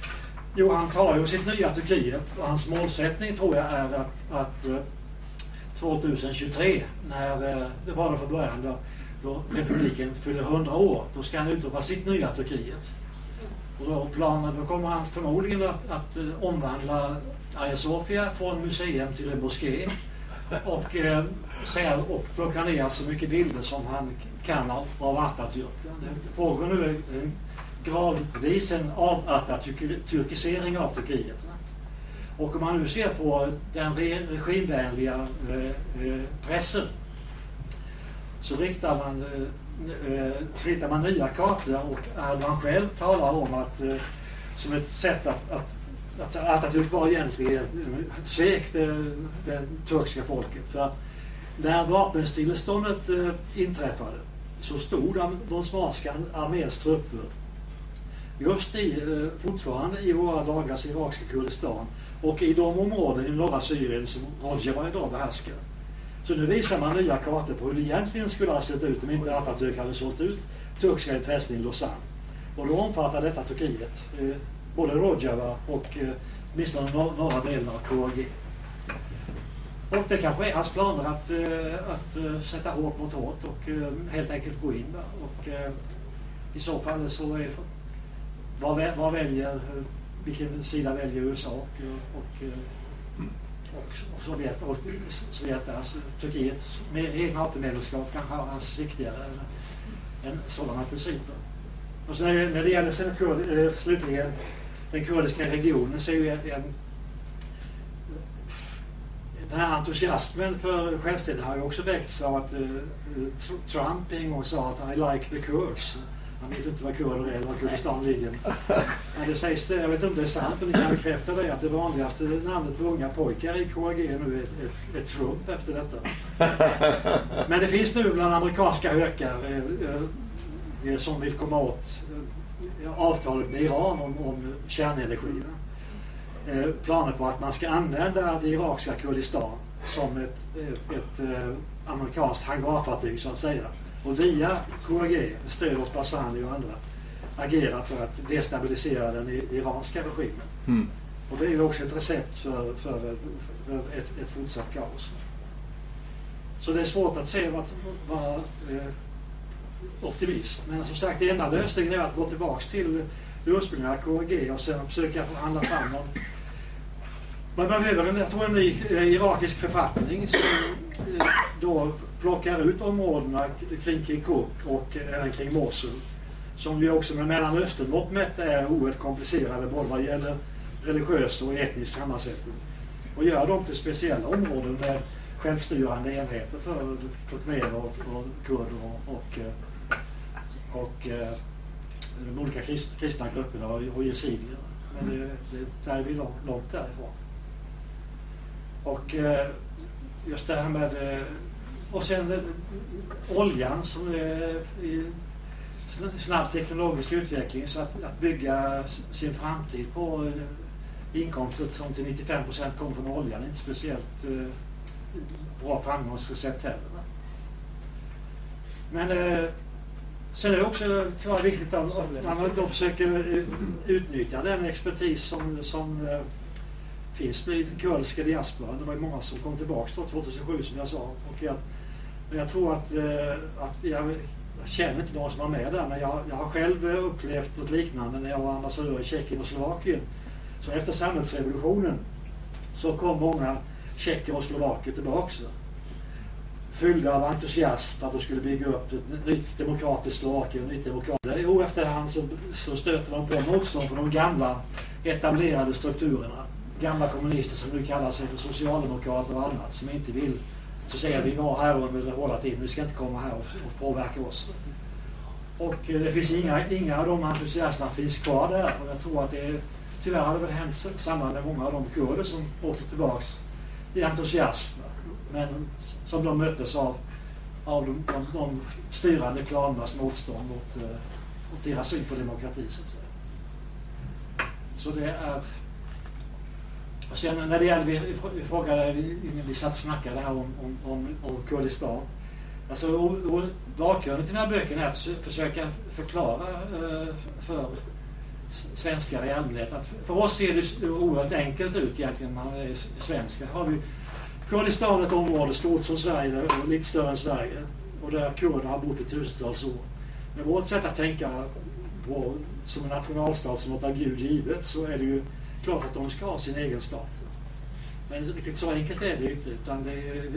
Jo, han talar ju om sitt nya Turkiet och hans målsättning tror jag är att 2023, när det var det för början då republiken fyller 100 år, då ska han utropa sitt nya Turkiet. Och då kommer han förmodligen att omvandla Hagia Sophia från museum till en moské och plocka ner så mycket bilder som han kan av Atatürk. Det pågår nu gradvis en Atatürkisering av Turkiet. Och om man nu ser på den regimvänliga pressen så riktar man nya kartor, och Erdogan själv talar om att som ett sätt att Atatürk var egentligen svek det turkiska folket. För när vapenstilleståndet inträffade så stod de osmanska arméns trupper just fortfarande i våra dagars irakiska Kurdistan och i de områden i norra Syrien som Rojava idag behärskar. Så nu visar man nya kartor på hur det egentligen skulle ha sett ut om inte Atatürk hade sålt ut turkiska intressen i Lausanne. Och då omfattar detta Turkiet, både Rojava och åtminstone norra delen av KRG. Och det kanske är hans planer att sätta hårt mot hårt och helt enkelt gå in där. Och i så fall så är vilken sida väljer USA och Sovjet, alltså Turkiets egna NATO-medlemskap kanske anses viktigare än sådana principer. Och så när det gäller slutligen den kurdiska regionen så är ju den här entusiasmen för självständighet har ju också väckts av att Trump en gång sa att I like the Kurds. Han vet inte vad kurder är eller var Kurdistan ligger. Men det sägs det, jag vet inte om det är sant, men ni kan bekräfta det, att det vanligaste namnet på unga pojkar i KRG nu är Trump efter detta. Men det finns nu bland amerikanska hökar som vill komma åt avtalet med Iran om kärnenergi. Planer på att man ska använda det irakiska Kurdistan som ett amerikanskt hangarfartyg så att säga. Och via KRG, stöd åt Barzani och andra, agera för att destabilisera den iranska regimen. Mm. Och det är ju också ett recept för ett fortsatt kaos. Så det är svårt att se vad optimist. Men som sagt, det enda lösningen är att gå tillbaka till det ursprungliga KRG och sen försöka förhandla fram någon. Man behöver en ny irakisk författning som då plockar ut områdena kring Kirkuk och även kring Mosul, som ju också med Mellanöstern mätt är oerhört komplicerade både vad gäller religiös och etnisk sammansättning, och gör dem till speciella områden med självstyrande enheter för turkmener och kurder och de olika kristna grupperna och yazidier. Men där är vi långt därifrån. Och just det här med och sen oljan som är i snabb teknologisk utveckling, så att bygga sin framtid på inkomster som till 95% kommer från oljan är inte speciellt bra framgångsrecept heller. Men sen är det också klart viktigt att man då försöker utnyttja den expertis som finns i den kurdiska diasporan. Det var ju många som kom tillbaka 2007 som jag sa. Och jag tror att jag känner inte någon som var med där, men jag har själv upplevt något liknande när jag var ambassadör i Tjeckien och Slovakien. Så efter samhällsrevolutionen så kom många tjecker och slovaker tillbaka, fyllda av entusiasm för att de skulle bygga upp ett nytt demokratiskt Slovakien, nytt demokratiskt. Och efterhand så stöter de på motstånd från de gamla etablerade strukturerna. Gamla kommunister som nu kallar sig för socialdemokrater och annat, som inte vill så säga vi var här under den hårda tiden, vi ska inte komma här och påverka oss. Och det finns inga av de entusiasterna finns kvar där, och jag tror att det tyvärr hade väl hänt samma med många av de kurder som åkte tillbaks i entusiasm, men som de möttes av de styrande klanernas motstånd mot deras syn på demokrati så att säga. Så det är. Och sen när det gäller, vi frågade innan vi satt och snackade här om Kurdistan. Alltså bakgrunden till den här böcken är att försöka förklara för svenskar i allmänhet att för oss ser det oerhört enkelt ut egentligen när man är svenskar. Har vi Kurdistan är ett område stort som Sverige och lite större än Sverige. Och där kurder har bott i tusentals år. Men vårt sätt att tänka på, som en nationalstat som något av Gud givet, så är det ju klart att de ska ha sin egen stat. Men riktigt så enkelt är det ju inte. Utan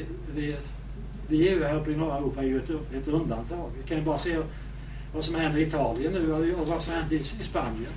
vi är ju här uppe i norra Europa är ju ett undantag. Vi kan ju bara se vad som händer i Italien nu och vad som händer i Spanien.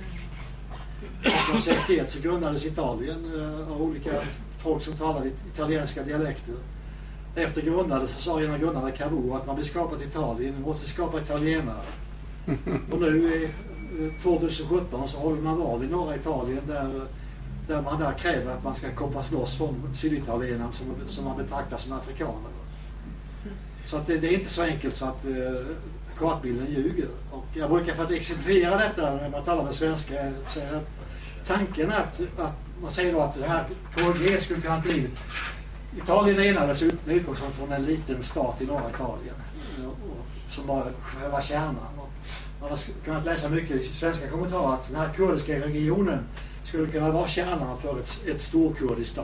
1961 så grundades Italien av olika folk som talade italienska dialekter. Efter grundades så sa ena grundare Cavour att man vill skapa ett Italien, man måste skapa italienare. Och nu 2017 så håller man val i norra Italien där man där kräver att man ska kopplas loss från syditalienarna som man betraktar som afrikaner. Så att det är inte så enkelt så att kartbilden ljuger. Och jag brukar för att exemplifiera detta när man talar med svenska säga att tanken att man säger då att det här KG skulle kunna bli Italien enades med utgångspunkt från en liten stat i norra Italien som var själva kärnan. Man har kunnat läsa mycket i svenska kommentarer att den här kurdiska regionen skulle kunna vara kärnan för ett Storkurdistan.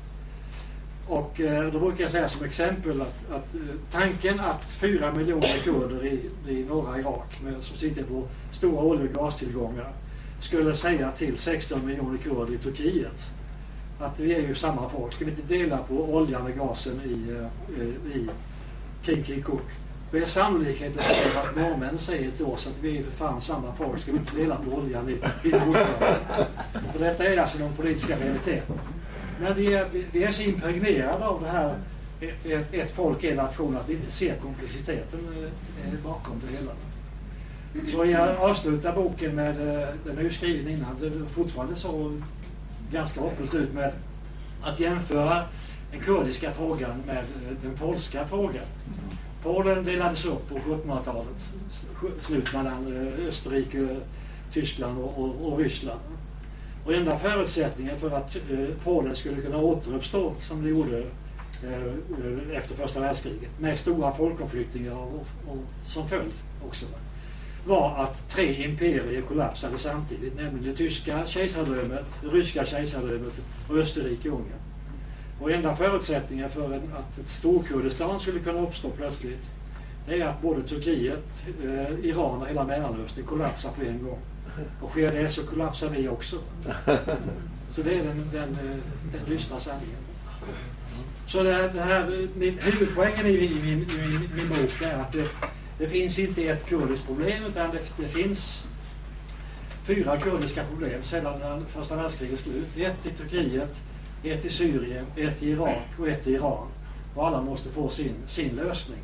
Och då brukar jag säga som exempel att tanken att 4 miljoner kurder i norra Irak som sitter på stora olje- och gastillgångar skulle säga till 16 miljoner kurder i Turkiet att vi är ju samma folk. Ska vi inte dela på oljan och gasen i Kirkuk? Det är sannolikheten för att norrmännen säger till oss att vi är för fan samma folk. Ska vi inte dela på oljan i Nordkorea? Och detta är alltså de politiska realiteterna. Men vi är så impregnerade av det här ett folk, en nation, att vi inte ser komplexiteten bakom det hela. Så jag avslutar boken med, den är ju skriven innan, det är fortfarande så ganska hoppfullt ut med att jämföra den kurdiska frågan med den polska frågan. Polen delades upp på 1700-talet, slut mellan Österrike, Tyskland och Ryssland. Och enda förutsättningen för att Polen skulle kunna återuppstå som det gjorde efter första världskriget med stora folkomflyttningar och som följd också, var att 3 imperier kollapsade samtidigt, nämligen det tyska kejsardömet, det ryska kejsardömet och Österrike-Ungern. Och enda förutsättningen för att ett Storkurdistan skulle kunna uppstå plötsligt, det är att både Turkiet, Iran och hela Mellanöstern kollapsar på en gång. Och sker det så kollapsar vi också. Så det är den dystra sanningen. Så huvudpoängen i min bok är att det finns inte ett kurdiskt problem, utan det finns 4 kurdiska problem sedan första världskrigets slut. 1 i Turkiet, 1 i Syrien, 1 i Irak och 1 i Iran. Och alla måste få sin lösning.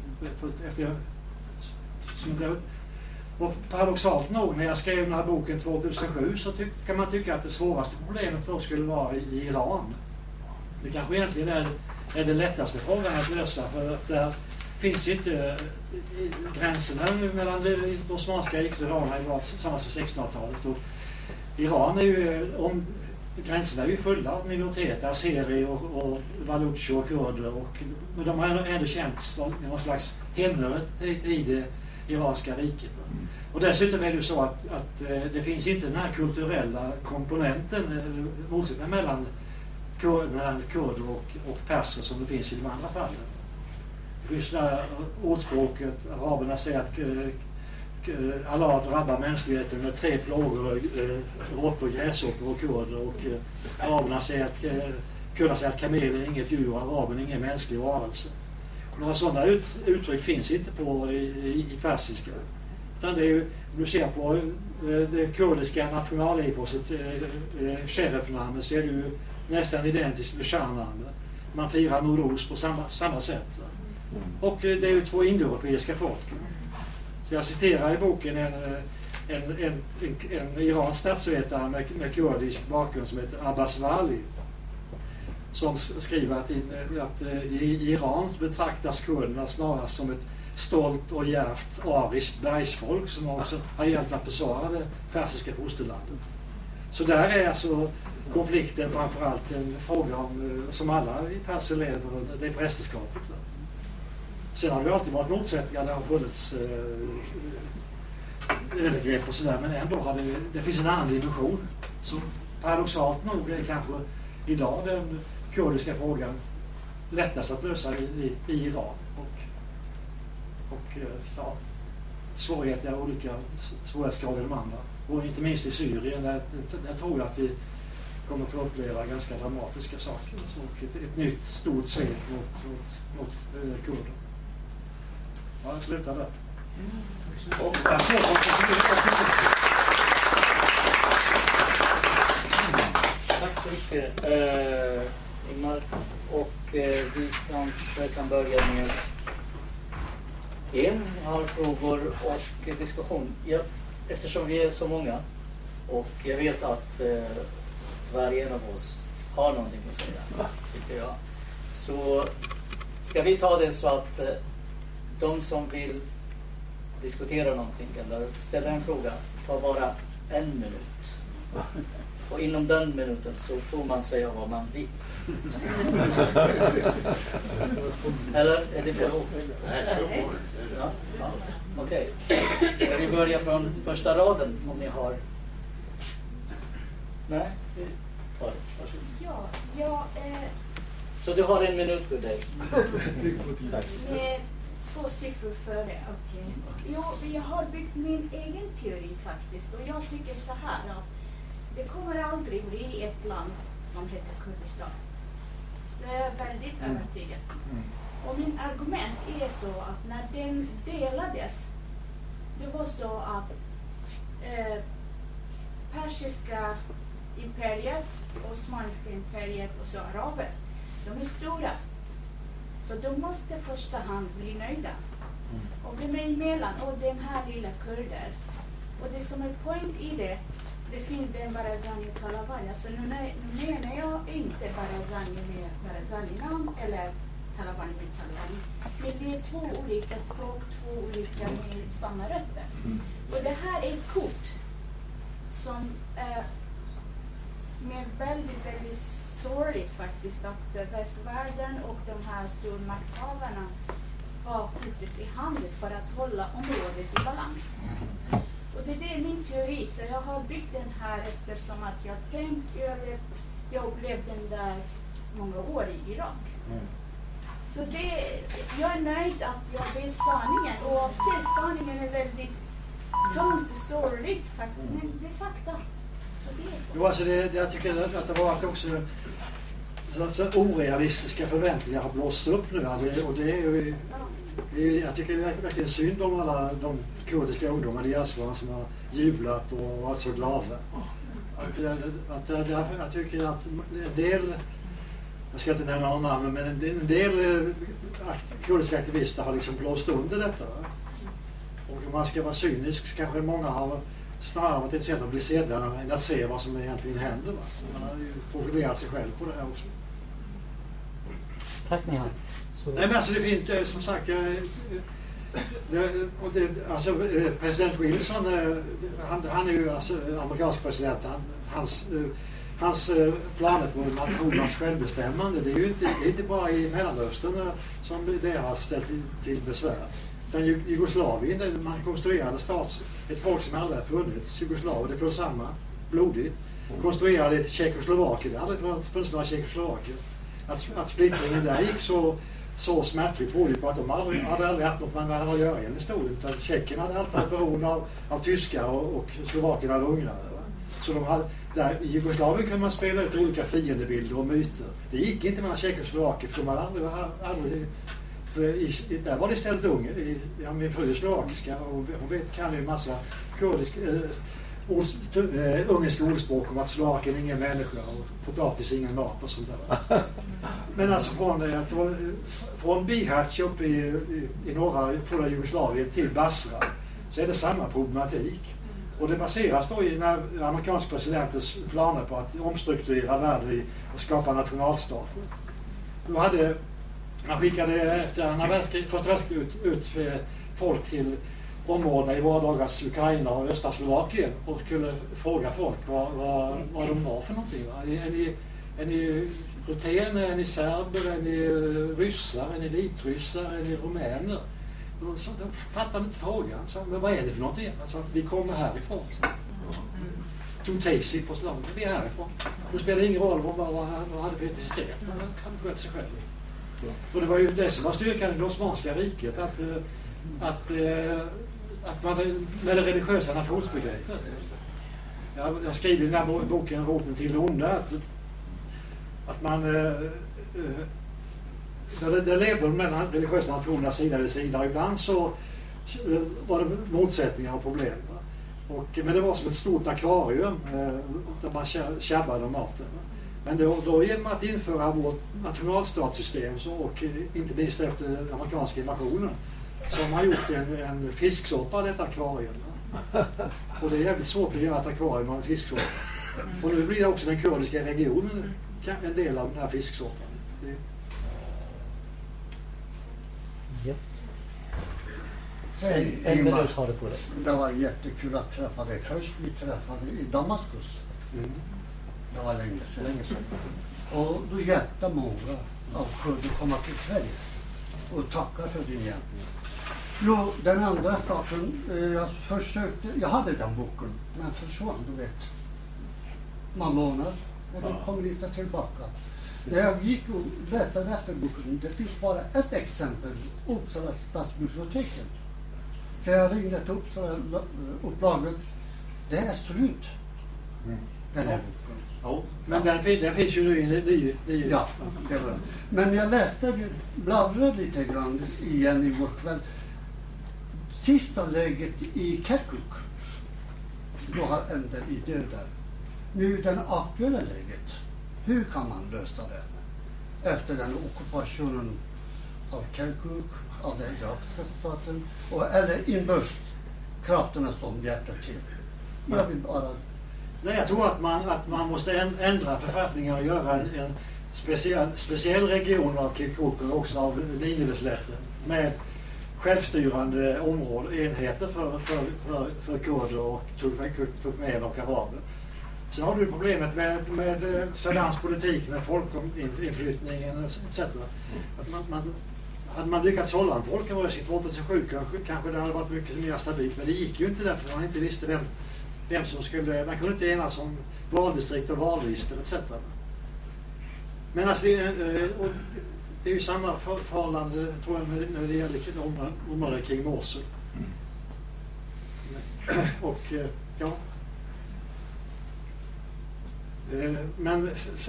Och paradoxalt nog, när jag skrev den här boken 2007 så kan man tycka att det svåraste problemet då skulle vara i Iran. Det kanske egentligen är det lättaste frågan att lösa, för att där finns ju inte gränserna mellan det osmanska riket och Iran har ju varit samma som 1600-talet. Och Iran är ju, gränserna är ju fulla av minoriteter, azeri och baluchi och kurder, men de har ändå känts som någon slags hemhörighet i det iranska riket. Och dessutom är det så att det finns inte den här kulturella komponenten, motsättningen mellan kurder och perser som det finns i de andra fallen. Det finns det här ordspråket, araberna säger att Allah drabbar mänskligheten med 3 plågor, råttor, gräshoppor och kurder, och araberna säger att kamelen är inget djur och araben är ingen mänsklig varelse. Några sådana uttryck finns inte i persiska. Utan det är ju, du ser på det kurdiska nationaleposet, sheriffnamnet, så är det ju nästan identiskt med Shah-namnet. Man firar Nowruz på samma sätt. Och det är ju 2 indoeuropeiska folk. Så jag citerar i boken en iransk statsvetare med kurdisk bakgrund som heter Abbas Wali, som skriver att i Iran betraktas kurderna snarast som ett stolt och djärvt ariskt bergsfolk som också har hjälpt att försvara det persiska fosterlandet. Så där är alltså konflikten framförallt en fråga om, som alla i Persien lever, det är prästerskapet. Sen har det alltid varit motsättningar, det har funnits övergrepp och sådär, men ändå har det finns en annan dimension. Så paradoxalt nog är kanske idag den kurdiska frågan lättast att lösa i Iran. Och svårigheter är olika svårighetsgrader i de andra. Och inte minst i Syrien, där tror jag att vi kommer få uppleva ganska dramatiska saker. Och ett nytt stort svek mot kurder. Ja, jag slutar där. Och tack så mycket, Ingmar. Och vi kan börja med har frågor och diskussion. Eftersom vi är så många och jag vet att varje en av oss har någonting att säga, tycker jag. Så ska vi ta det så att de som vill diskutera någonting eller ställa en fråga tar bara 1 minut. Och inom den minuten så får man säga vad man vill. Eller är det för hårt? Ja. Okej. Ska vi börja från första raden om ni har? Nej? Ta det. Varsågod. Ja, så du har 1 minut på dig. med 2 siffror före. Okay. Jag har byggt min egen teori faktiskt. Och jag tycker så här att det kommer aldrig bli ett land som heter Kurdistan. Det är jag väldigt övertygad. Och min argument är så att när den delades, det var så att persiska imperiet, osmanska imperiet och så araber, de är stora. Så de måste i första hand bli nöjda. Och de är emellan, och den här lilla kurder. Och det som är poäng i det finns det en Barzani och Talabani. Alltså nu menar jag inte Barzani med Barzani-namn eller Talabani med Talabani. Men det är 2 olika språk, 2 olika med samma rötter. Och det här är ett kort som med väldigt, väldigt sorgligt faktiskt att västvärlden och de här stormakthavarna har skjutit i handen för att hålla området i balans. Och det är min teori, så jag har byggt den här eftersom att jag upplevde den där många år i Irak. Så jag är nöjd att jag vet sanningen, och oavsett sanningen är väldigt tungt och sorgligt, men det är fakta. Så det är så. Jo, alltså jag tycker att det var att också alltså, orealistiska förväntningar har blåst upp nu. Och det är ju, jag tycker det är verkligen synd om alla de kurdiska ungdomar i Aswan som har jublat och varit så glada. Jag tycker att en del, jag ska inte nämna någon namn, men en del kurdiska aktivister har liksom blåst under detta. Och om man ska vara cynisk så kanske många har snarare varit intresserade av att bli sedda än att se vad som egentligen händer. Va? Man har ju profilerat sig själv på det här också. Tack Nihal. Nej, men alltså det finns som sagt alltså president Wilson, han är ju alltså amerikansk president. Hans planer på nationernas självbestämmande, det är ju inte bara i Mellanöstern som det har ställt till besvär. Utan Jugoslavien, där man konstruerade ett folk som aldrig har funnits, Jugoslaver, det var samma, blodigt. Konstruerade Tjeckoslovakien, det hade aldrig funnits några Tjeckoslovaker. Att splittringen där gick så smärtfritt berodde på att de hade aldrig haft något med varandra att göra i en historia. Utan Tjeckien hade alltid varit beroende av tyskar och Slovakerna av ungrare. Så de hade, där i Jugoslavien kunde man spela ut olika fiendebilder och myter. Det gick inte mellan Tjeckoslovaker, för de hade aldrig där var det istället min fru är slovakiska och hon kan ju en massa ungerska ordspråk om att Slovakien är ingen människa och potatis är ingen mat och sånt där. Men alltså från Bihać upp i norra Jugoslavien till Basra så är det samma problematik. Och det baseras då i den amerikanska presidentens planer på att omstrukturera världen och skapa nationalstater. Man skickade efter första världskriget ut folk till områdena i våra dagars Ukraina och östra Slovakien och skulle fråga folk vad de var för någonting. Va? Är ni rutener, är ni serber, är ni ryssar, är ni vitryssar, är ni rumäner? De fattade inte frågan. Så, men vad är det för någonting? Alltså, vi kommer härifrån. Tog Tesi på slaget. Vi är härifrån. Det spelar ingen roll vad hade för ett system. Han hade skött sig själv. Och det var ju det som var styrkan i det Osmanska riket, att man med det religiösa nationsbegreppet. Jag skriver i den här boken Roten till det onda att man där levde de mellan religiösa nationerna sida vid sida, och ibland så var det motsättningar och problem. Men det var som ett stort akvarium där man tjabbade om maten. Men då genom att införa vårt nationalstatssystem och inte minst efter den amerikanska invasionen, så har man gjort en fisksoppa av detta akvarium. Och det är jävligt svårt att göra ett akvarium av en fisksoppa. Och nu blir det också den kurdiska regionen en del av den här fisksoppan. Ja. En minut har du på dig. Det var jättekul att träffa dig. Först vi träffade i Damaskus. Det var länge sedan. Och då jättemånga av kurder komma till Sverige. Och tackar för din hjälp. Jo, den andra saken, jag hade den boken, men försvann, du vet. Man lånar och då kommer inte tillbaka. När jag gick och letade efter boken, det finns bara ett exempel, Uppsala stadsbiblioteket. Så jag ringde till Uppsala upplaget, det är slut. Den här boken. Ja, men den finns ju nu i ny. Ja, det var. Men jag läste, bladdrade lite grann igen igår kväll. Sista läget i Kirkuk, då har ändrat i dödar. Nu den aktuella läget, hur kan man lösa det? Efter den ockupationen av Kirkuk, av den irakiska staten, eller inbördeskrafterna som hjälper till. Jag vill bara... Nej, jag tror att man måste ändra författningen och göra en speciell region av Kirkuk och också av Nineveslätten med självstyrande områden, enheter för kurder och turkmener och araber. Sen har du problemet med Saddams politik, med folkinflyttningen etc. Hade man lyckats hålla en folkomröstning 2007 kanske det hade varit mycket mer stabilt, men det gick ju inte därför man inte visste vem som skulle, man kunde inte enas om valdistrikt och vallistor etc. Men alltså det är ju samma förhållande tror jag när det gäller området kring Mosul. Och ja. Men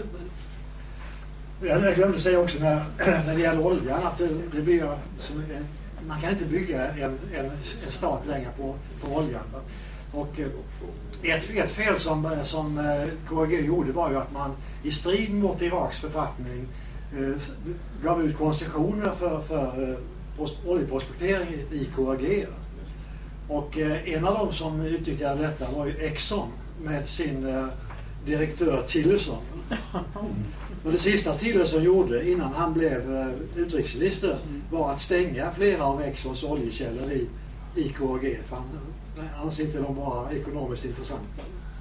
jag glömde säga också när det gäller oljan att det blir man kan inte bygga en stat längre på oljan. Och ett fel som KRG gjorde var ju att man i strid mot Iraks författning gav ut koncessioner för oljeprospektering i KRG. Och en av dem som utnyttjade detta var ju Exxon med sin direktör Tillerson. Och det sista Tillerson gjorde innan han blev utrikesminister var att stänga flera av Exxons oljekällor i KRG. För han anser inte de vara ekonomiskt intressanta.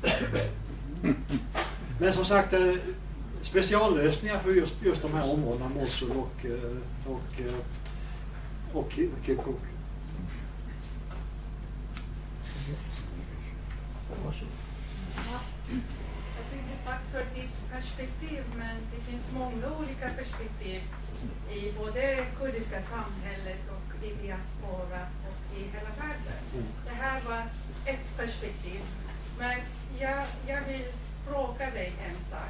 Men som sagt, speciallösningar för just de här områdena, Mosul och Kirkuk. Tack för ditt perspektiv, men det finns många olika perspektiv i både kurdiska samhället och i diaspora och i hela världen. Det här var ett perspektiv, men jag vill fråga dig en sak.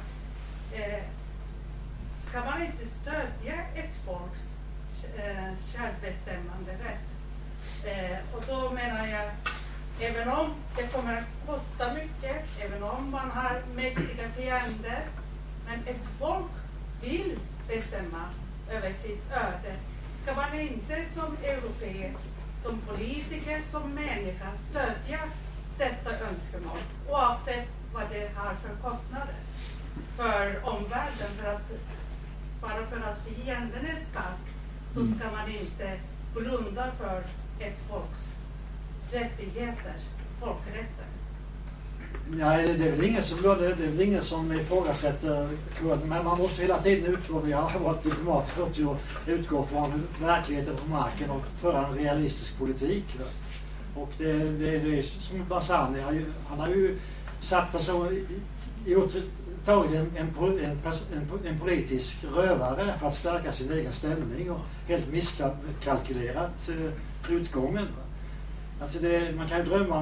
Ska man inte stödja ett folks självbestämmande rätt? Och då menar jag, även om det kommer att kosta mycket, även om man har mäktiga fiender, men ett folk vill bestämma över sitt öde. Ska man inte som europé, som politiker, som människa stödja detta önskemål, oavsett vad det har för kostnader för omvärlden? Bara för att fienden är stark så ska man inte blunda för ett folks rättigheter, folkrätten. Nej, det är väl ingen som ifrågasätter kurden, men man måste hela tiden utgå, vi har varit diplomat i 40 år, utgå från verkligheten på marken och föra en realistisk politik. Och det är som Barzani, han har ju satt personer, gjort tagit en politisk rövare för att stärka sin egen ställning och helt misskalkylerat utgången. Alltså man kan ju drömma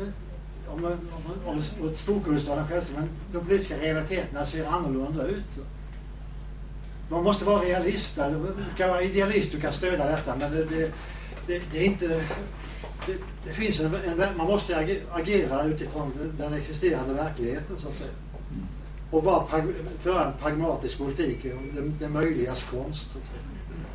om ett storkurdistan själv, men de politiska realiteterna ser annorlunda ut. Man måste vara realist. Du kan vara idealist, du kan stödja detta, men det är inte... Det finns man måste agera utifrån den existerande verkligheten, så att säga. Och föra en pragmatisk politik, det möjligas konst, så att säga.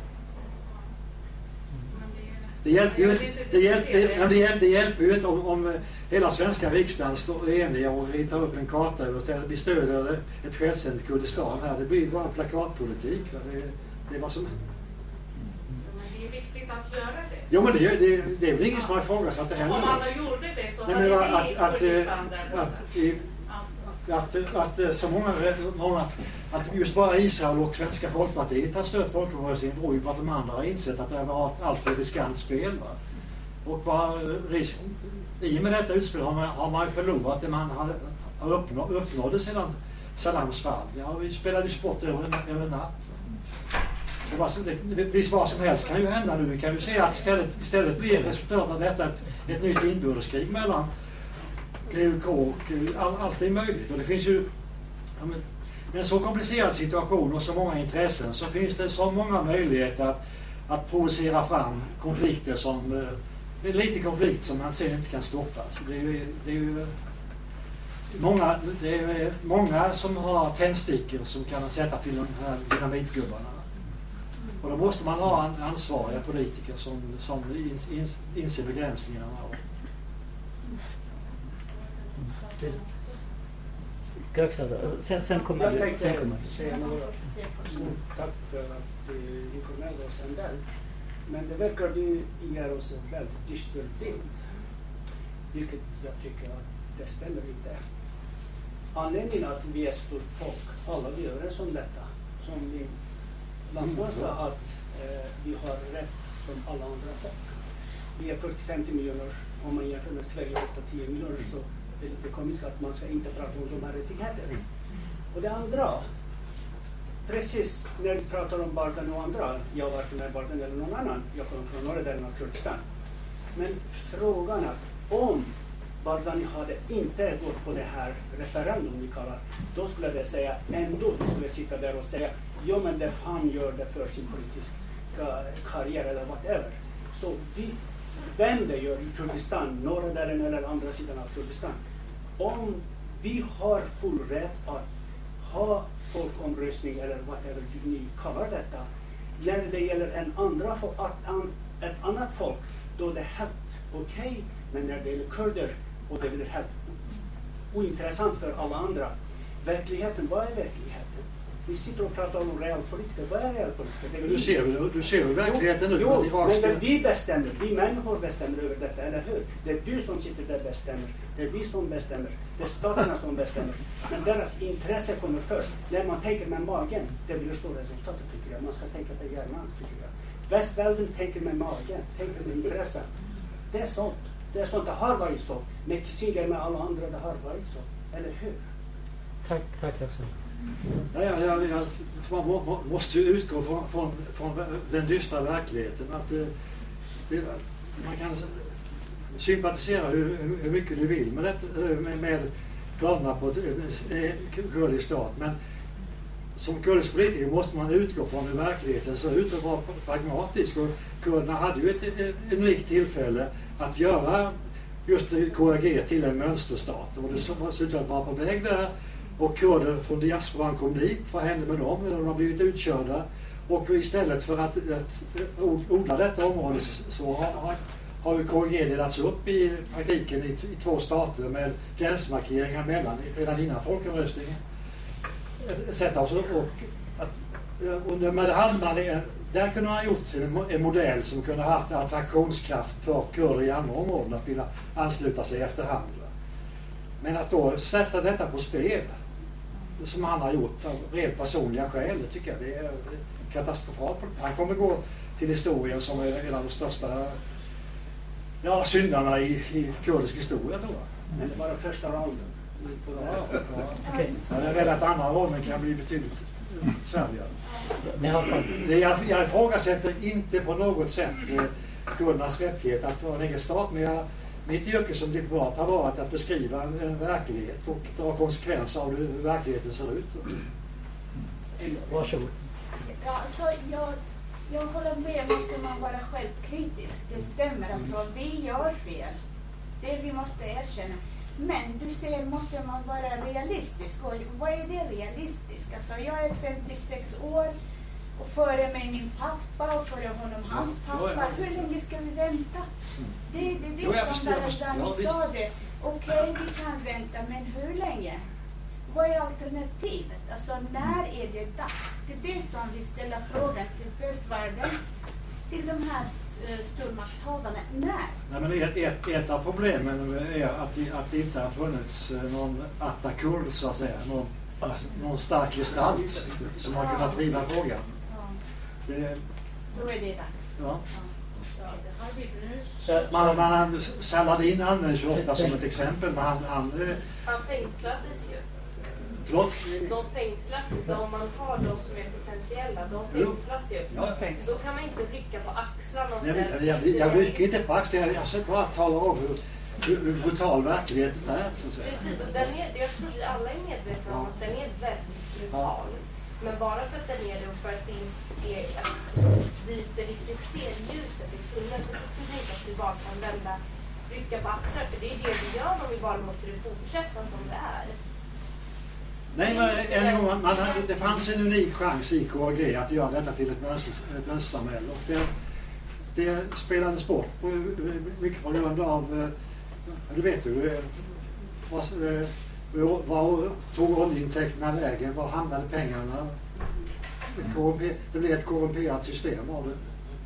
Det hjälper ju inte om hela svenska riksdagen står eniga och ritar upp en karta och säger att vi stöder ett självständigt Kurdistan här. Det blir bara plakatpolitik. Det är vad som... Men det är viktigt att göra det. Jo, men det är väl ingen som har ifrågasatt det heller. Om alla gjorde det så hade vi Kurdistan där. Att så många att just bara Israel och Svenska Folkpartiet har stött folkomröstningen beror ju på att de andra har insett att det var ett alltför riskant spel. Va? Och i och med detta utspel har man ju förlorat det man uppnådde sedan Saddams fall. Ja, vi spelade ju sport över natt. Visst vad som helst kan ju hända nu. Vi kan ju se att istället blir resultatet av detta ett nytt inbördeskrig mellan PUK och allt är möjligt. Och det finns ju med en så komplicerad situation och så många intressen så finns det så många möjligheter att provocera fram konflikter som lite konflikt som man sen inte kan stoppa. Så det är ju många som har tändstickor som kan sätta till de här dynamitgubbarna. Och då måste man ha ansvariga politiker som inser begränsningarna. Sen kommer jag säga några tack för att informera oss en del. Men det verkar du ger oss en väldigt dyster bild. Vilket jag tycker att det stämmer inte. Anledningen att vi är ett stort folk, alla vi är överens om detta. Som min landsman sa att vi har rätt som alla andra folk. Vi är 40-50 miljoner, om man jämför med Sverige 8-10 miljoner så är det lite komiskt att man ska inte prata om de här rättigheterna. Och det andra, precis när vi pratar om Barzani och andra, jag har varit med Barzani eller någon annan, jag kommer från norra delen av Kurdistan. Men frågan är, om Barzani hade inte gått på det här referendum vi kallar, då skulle det säga ändå, du skulle sitta där och säga, jo men det han gör det för sin politiska karriär eller whatever. Så vem det gör i Kurdistan, norra delen eller andra sidan av Kurdistan, om vi har full rätt att ha folkomröstning eller whatever ni kallar detta, när det gäller ett annat folk, då är det helt okej, men när det gäller kurder och det blir helt ointressant för alla andra. Verkligheten, vad är verkligheten? Vi sitter och pratar om realpolitiker. Vad är realpolitiker? Du ser ju verkligheten nu. Jo, men vi bestämmer. Vi människor bestämmer över detta, eller hur? Det är du som sitter där och bestämmer. Det är vi som bestämmer. Det är staterna som bestämmer. Men deras intresse kommer först. När man tänker med magen, det blir så resultatet, tycker jag. Man ska tänka på hjärnan, tycker jag. Västvärlden tänker med magen, tänker med intresse. Det är sånt. Det är sånt. Det har varit så. Med Kissinger, med alla andra, det har varit så. Eller hur? Tack också. Man måste ju utgå från den dystra verkligheten. Att man kan sympatisera hur mycket du vill med planerna på en kurdisk stat. Men som kurdisk politiker måste man utgå från hur verkligheten ser ut och vara pragmatisk. Och kurderna hade ju ett unikt tillfälle att göra just KRG till en mönsterstat. Och det såg ut att vara på väg där. Och kurder från diasporan kom dit. Vad hände med dem? De har blivit utkörda. Och istället för att odla detta område så har ju KRG delats upp i praktiken i två stater med gränsmarkeringar mellan redan innan folkomröstningen. Där kunde man ha gjort en modell som kunde ha haft attraktionskraft för kurder i andra områden att vilja ansluta sig efterhand. Men att då sätta detta på spel, som han har gjort av rent personliga skäl, det tycker jag det är katastrofalt. Han kommer gå till historien som en av de största syndarna i kurdisk historia, tror jag. Men det var den första ronden. Okej. Jag är rädd att andra ronden kan bli betydligt svärligare. Ni har Jag ifrågasätter inte på något sätt kundernas rättighet att vara en egen stat, men mitt yrke som diplomat har varit att beskriva en verklighet och dra konsekvenser av hur verkligheten ser ut. Varsågod. Ja, alltså, jag håller med, måste man vara självkritisk. Det stämmer, alltså vi gör fel. Det vi måste erkänna. Men du säger, måste man vara realistisk? Och vad är det realistiskt? Alltså jag är 56 år och före mig min pappa och före honom hans pappa. Hur länge ska vi vänta? Det är det som Danny sa det. Okej, vi kan vänta, men hur länge? Vad är alternativet? Alltså när är det dags? Det är det som vi ställer frågan till västvärlden, till de här stormakthavarna. När? Nej, men ett av problemen är att det inte har funnits någon attakur, så att säga. Någon stark gestalt som har kunnat driva frågan. Ja. Då är det dags. Ja. Det har vi nu. Saladin används ju ofta som ett exempel, men han fängslades ju. Förlåt? De fängslas ju. Om man har de som är potentiella, de fängslas ju. Ja. Då kan man inte rycka på axlarna och Jag rycker inte på axlarna, jag bara talar om hur brutal verkligheten är. Så att säga. Precis, och jag tror att alla är medvetna om att den är väldigt brutal. Men bara för att den är det och för att det är det riktigt ser ljuset i tunneln, så betyder det inte att vi bara kan rycka på axlar. För det är det vi gör om vi bara låter det fortsätta som det är. Nej, men en gång, det fanns en unik chans i KRG att göra detta till ett mönstersamhälle. Och det spelades bort mycket på grund av, du vet ju, var tog oljeintäkterna vägen, var hamnade pengarna? Det blev ett korrumperat system av det.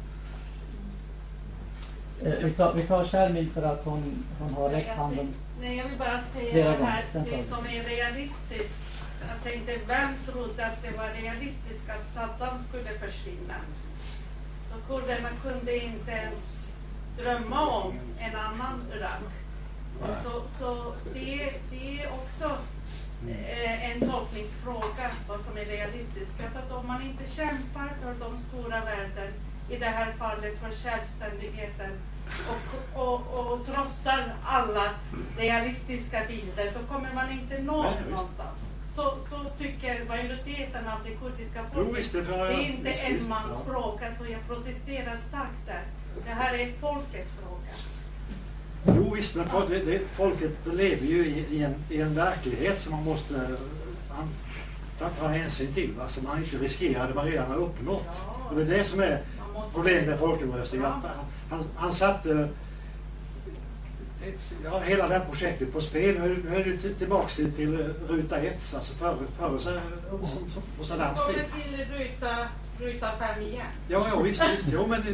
Vi tar Kärmin för att hon har räckt handen. Nej, jag vill bara säga det här, det som är realistiskt. Jag tänkte, vem trodde att det var realistiskt att Saddam skulle försvinna? Så kurderna kunde inte ens drömma om en annan Irak. Så det är också en tolkningsfråga vad som är realistiskt. För att om man inte kämpar för de stora värden, i det här fallet för självständigheten, och trotsar alla realistiska bilder, så kommer man inte nå någonstans. Så tycker majoriteten av det kurdiska folket. Det är inte en mans fråga, så jag protesterar starkt där. Det här är folkets fråga. Jo visst, men folket lever ju i en verklighet som man måste ta hänsyn till. Alltså man inte riskerar det man redan har uppnått. Ja. Och det är det som är problemet med folkomröstningen. Han satte hela det här projektet på spel. Nu är det tillbaka till ruta 1, alltså före på Saddams tid. Kommer till ruta 5 igen. Ja visst. Jo, men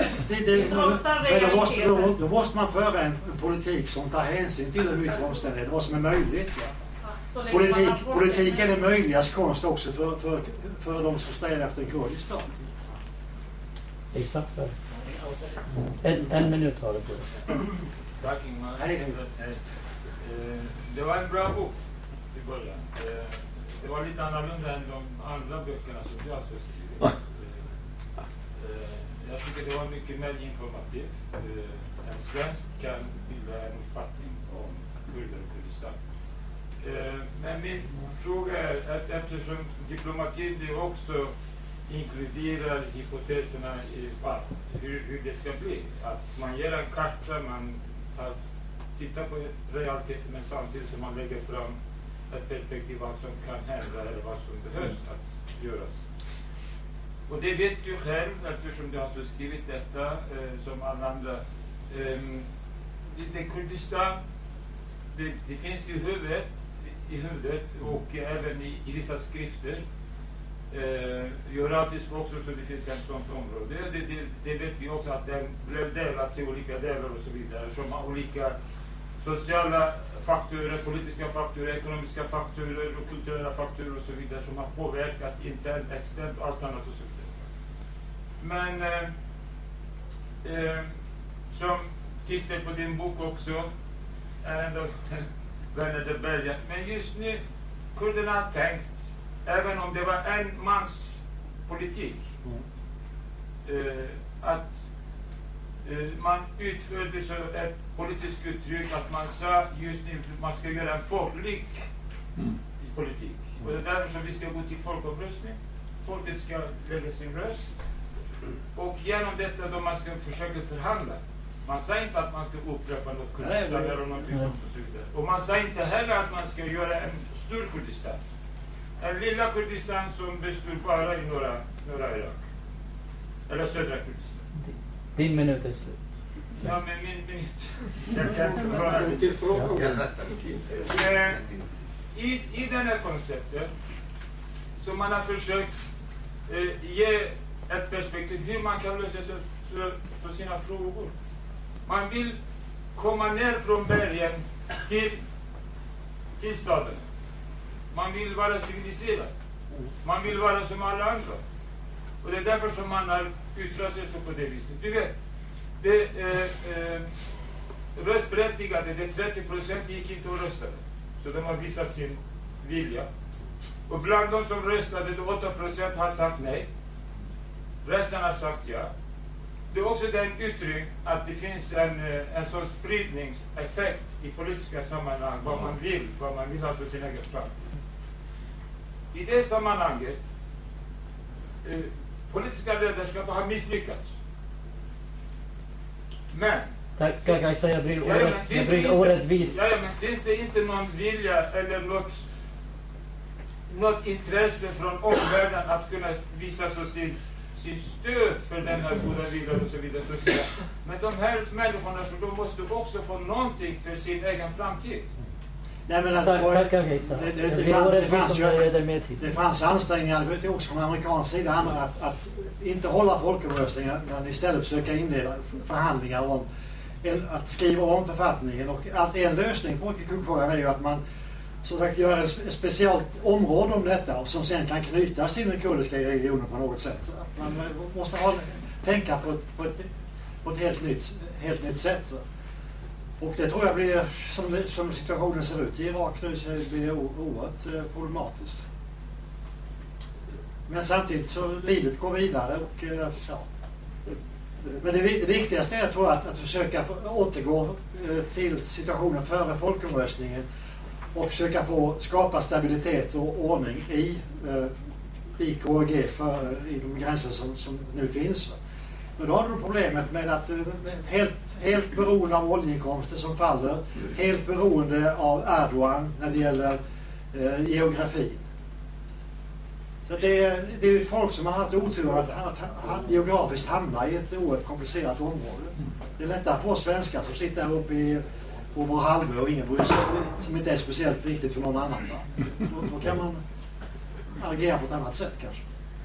då måste man föra en politik som tar hänsyn till de yttre omständigheter, vad som är möjligt. Politik är det möjligas konst också för de som strävar efter en kurdisk stat. Exakt. En minut har det på det. Tack Ingmar. Det var en bra bok i början. Det var lite annorlunda än de andra böckerna som du har skrivit. Jag tycker det var mycket mer informativt. En svensk kan bilda en uppfattning om kurder och Kurdistan. Men min fråga är att eftersom diplomatin det också inkluderar hypoteserna i hur det ska bli. Att man ger en karta, man tittar på realiteten, men samtidigt som man lägger fram ett perspektiv vad som kan hända eller vad som behövs att göras. Och det vet du själv eftersom du har skrivit detta som alla andra. Det Kurdistan, det finns i huvudet och även i vissa skrifter. Geografiskt också, så det finns ett sådant område. Det vet vi också att den blev delat till olika delar och så vidare som har olika sociala faktorer, politiska faktorer, ekonomiska faktorer och kulturella faktorer och så vidare som har påverkat internt, externt och allt annat och så vidare. Men som titel på din bok också är ändå vänner i Belgien. Men just nu, kurderna har tänkt, även om det var en mans politik, att man utförde så ett politiskt uttryck att man sa just nu man ska göra en folklig politik. Och det är därför som vi ska gå till folkomröstning. Folket ska lägga sin röst. Och genom detta då man ska försöka förhandla. Man säger inte att man ska upprepa något Kurdistan eller någonting sånt och så vidare. Och man säger inte heller att man ska göra en stor Kurdistan. En lilla Kurdistan som består bara i norra Irak. Eller södra Kurdistan. Din minut är slut. Ja, men min minut. Jag kan inte bara till frågor. I den här konceptet så man har försökt ge ett perspektiv hur man kan lösa för sina frågor. Man vill komma ner från bergen till staden. Man vill vara civiliserad. Man vill vara som alla andra. Och det är därför som man har yttrat sig så på det viset. Du vet, röstberättigade, det 30% gick inte och röstade. Så de har visat sin vilja. Och bland de som röstade, 8% har sagt nej. Resten har sagt ja. Det är också den uttryck att det finns en sån spridningseffekt i politiska sammanhang, vad man vill ha för sin egen plan. I det sammanhanget, politiska ledarskap har misslyckats. Men Tack Kajsa, jag blir orättvis. Ja, men finns det inte någon vilja eller något intresse från omvärlden att kunna visa så sin stöd för den här goda viljan och så vidare. Men de här människorna så de måste också få någonting för sin egen framtid. Nej, men det fanns ansträngningar också från amerikansk sida att inte hålla folkomröstningar men istället försöka inleda förhandlingar om att skriva om författningen. Och att en lösning på kurdfrågan är ju att man så sagt gör ett speciellt område om detta som sen kan knytas till den kurdiska regionen på något sätt. Man måste tänka på ett helt nytt sätt. Och det tror jag blir, som situationen ser ut i Irak nu, så blir det oerhört problematiskt. Men samtidigt så livet går vidare och ja. Men det viktigaste är tror jag att försöka återgå till situationen före folkomröstningen och försöka skapa stabilitet och ordning i KRG i de gränser som nu finns. Men då har du problemet med att helt beroende av oljeinkomster som faller, helt beroende av Erdogan när det gäller geografin. Så det är ju ett folk som har haft otur att geografiskt hamna i ett oerhört komplicerat område. Det är lättare för oss svenskar som sitter här uppe på vår halvö och ingen bryr sig, som inte är speciellt viktigt för någon annan. Då kan man agera på ett annat sätt kanske.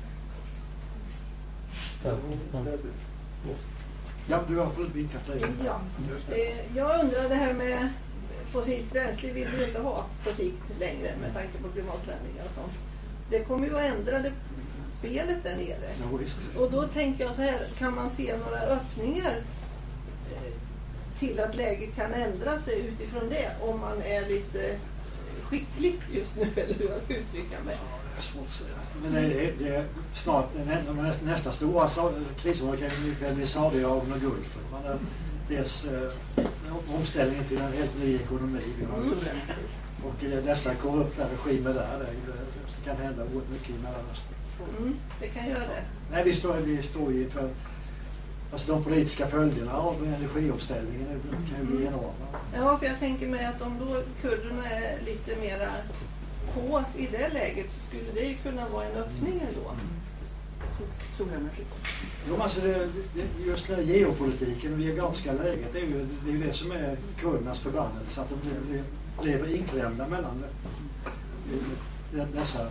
Ja, du har fullt vinkat dig. Ja. Jag undrar det här med fossilt bränsle vill vi inte ha på sikt längre med tanke på klimatförändringar och sånt. Det kommer ju att ändra spelet där nere. Ja, visst. Och då tänker jag så här, kan man se några öppningar till att läget kan ändra sig utifrån det om man är lite skicklig just nu eller hur jag ska uttrycka mig? Det är svårt att säga. Men det är snart nästa stora krisområde kan bli Saudiarabien och Gulf. Dels omställningen till en helt ny ekonomi vi har. Och dessa korrupta regimer där, det kan hända oerhört mycket i Mellanöstern. Det kan göra det. Nej, vi står ju inför de politiska följderna av energiomställningen kan ju bli enorma. Ja, för jag tänker mig att om då kurderna är lite mera på i det läget så skulle det ju kunna vara en öppning ändå. Solenergi. Jo, alltså just den geopolitiken och det geografiska läget det är ju det som är kurdernas förbannelse, att de lever inklämda mellan dessa.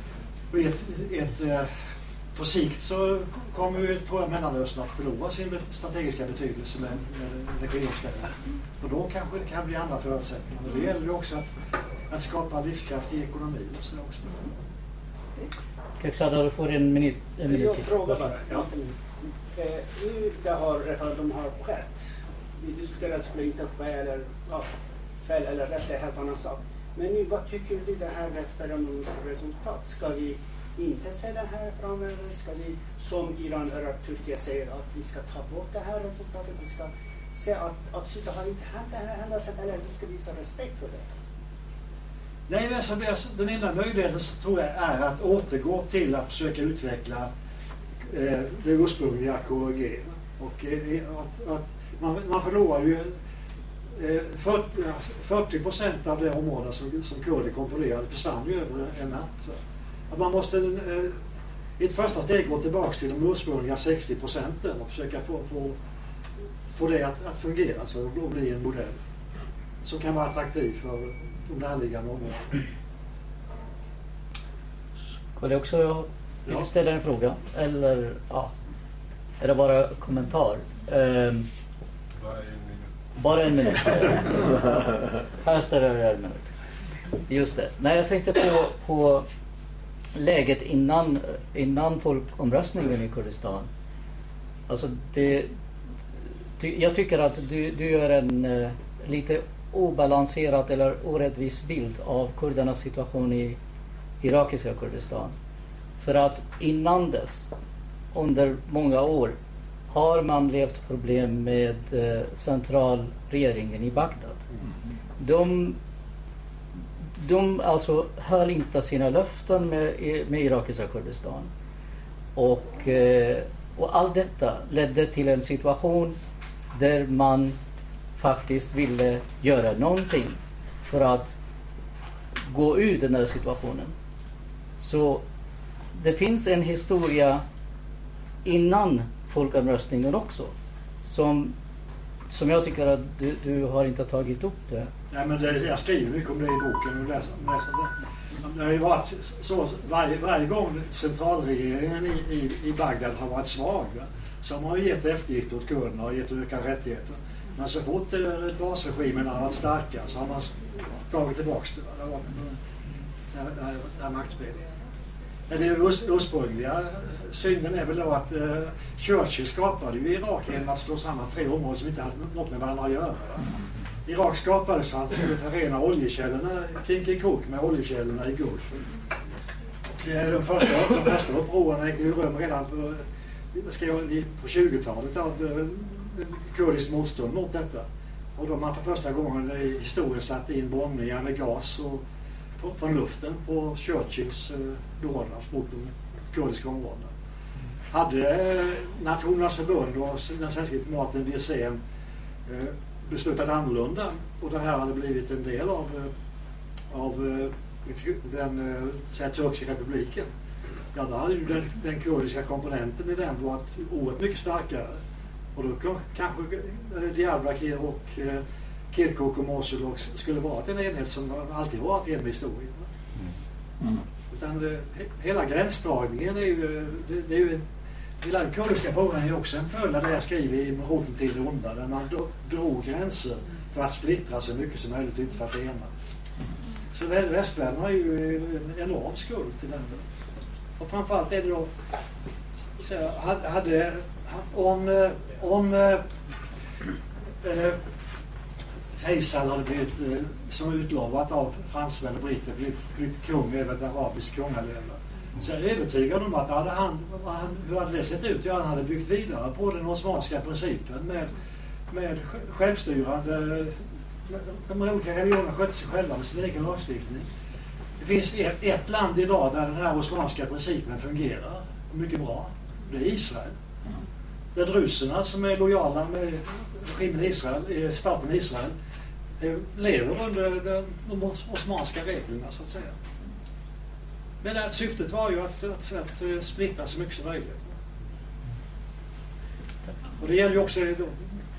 På sikt så kommer ju Mellanöstern att förlora sin strategiska betydelse med energiomställningen. Och då kanske det kan bli andra förutsättningar. Men det gäller ju också att skapa livskraft i ekonomin och så också. Kexada, du får en minut. Jag frågar bara. Ja. Nu det har referendum har skett. Vi diskuterar skulle inte ske eller fel eller rätt är helt annan sak. Men nu, vad tycker du det är referendumsresultat? Ska vi inte se det här framöver? Ska vi, som Iran eller Turkiet säger, att vi ska ta bort det här resultatet? Vi ska se att absolut har inte hänt den här händelsen, eller vi ska visa respekt för det? Nej, den enda möjligheten tror jag är att återgå till att försöka utveckla det ursprungliga KRG. Och att man förlorar ju 40% av det område som kurder kontrollerade försvann ju över en natt. Att man måste i ett första steg gå tillbaka till de ursprungliga 60% och försöka få det att fungera, så att bli en modell som kan vara attraktiv för de närliggande områdena. Skulle jag också ställa en fråga? Eller är det bara kommentar? Bara en minut. Här ställer jag en minut. Just det. Nej, jag tänkte på läget innan folkomröstningen i Kurdistan. Alltså jag tycker att du gör en lite obalanserad eller orättvis bild av kurdernas situation i irakiska Kurdistan. För att innan dess, under många år, har man levt problem med centralregeringen i Bagdad. De alltså höll inte sina löften med irakiska Kurdistan. Och allt detta ledde till en situation där man faktiskt ville göra någonting för att gå ur den här situationen. Så det finns en historia innan folkomröstningen också som jag tycker att du har inte tagit upp det. Nej, men jag skriver mycket om det i boken och läser det. Det har ju varit så varje gång centralregeringen i Bagdad har varit svag, så har man gett eftergift åt kurderna och gett ökade rättigheter. Men så fort basregimen har varit starka så har man tagit tillbaka det. Det här maktspelet. Det ursprungliga synden är väl då att Churchill skapade ju Irak genom att slå samman 3 områden som inte hade något med varandra att göra. Irak skapades för att skulle förena oljekällorna, Kirkuk, med oljekällorna i Gulfen. De första upproren ägde rum redan på 20-talet av kurdiskt motstånd mot detta. Och då man för första gången i historien satte in bombningar med gas och från luften på Churchills dånar mot de kurdiska områdena. Hade Nationernas förbund och den svenska diplomaten Wirsén beslutat annorlunda och det här hade blivit en del av den turkiska republiken, då hade ju den kurdiska komponenten i den varit oerhört mycket starkare. Och då kanske Diyarbakir och Kirkuk och Mosul skulle varit en enhet som alltid varit en med historien. Utan hela gränsdragningen är ju hela den kurdiska frågan är också en följd av det jag skriver i Roten till det onda, där man drog gränser för att splittra så mycket som möjligt, inte för att ena. Så västvärlden har ju en enorm skuld till den. Och framförallt är det då om Faisal hade blivit som utlovat av fransmän och britter blivit kung över ett arabiskt kungalöne, så jag är övertygad om att hur hade det sett ut? Ja, han hade byggt vidare på den osmanska principen med självstyrande, de olika religionerna skötte sig själva med sin egen lagstiftning. Det finns ett land idag där den här osmanska principen fungerar mycket bra. Det är Israel. Där druserna som är lojala med regimen Israel, staten Israel, lever under de osmanska reglerna, så att säga. Men syftet var ju att splitta så mycket som möjligt. Och det gäller ju också då.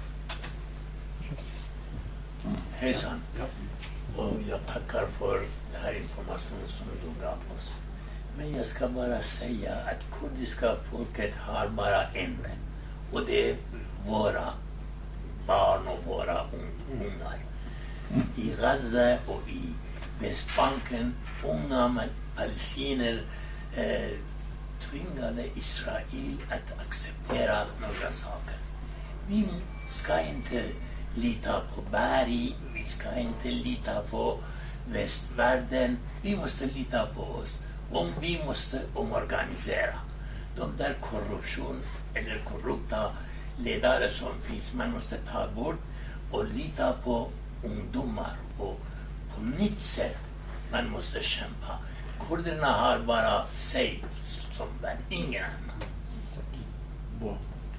Hejsan. Ja. Och jag tackar för den här informationen som du gav oss. Men jag ska bara säga att kurdiska folket har bara en vän. Och det är våra barn och våra ungar. I Gaza och i Västbanken, unga palestinier tvingade Israel att acceptera några saker. Vi ska inte lita på berg, vi ska inte lita på västvärlden. Vi måste lita på oss. Vi måste omorganisera. De där korruption eller korrupta ledare som finns, man måste ta bort och lita på ungdomar. Och på nytt sätt man måste kämpa. Kurderna har bara sig som vän, ingen annan. Bra.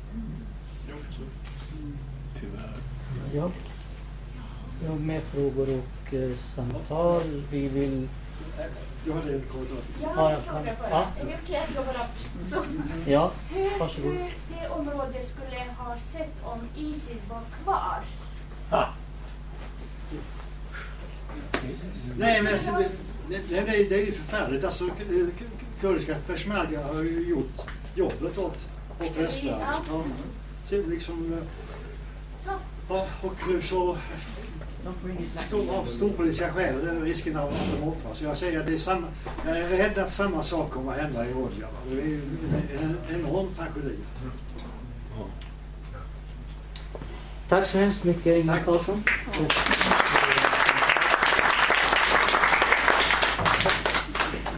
Tyvärr. Ja. Jag har med frågor och samtal. Vi vill... Du hade en kommentar. Jag har en fråga bara. Ja. Ja, varsågod. Hur det området skulle ha sett om ISIS var kvar? Nej, men det är ju förfärligt. Alltså, kurdiska peshmerga har ju gjort jobbet åt västvärlden. Ja. Så liksom, ja, och nu så av storpolitiska skäl är risken av att de offras. Jag säger att det är samma, jag är rädd att samma sak kommer att hända i Rojava. Det är ju en enorm tragedi. Tack så hemskt mycket, Ingmar Karlsson.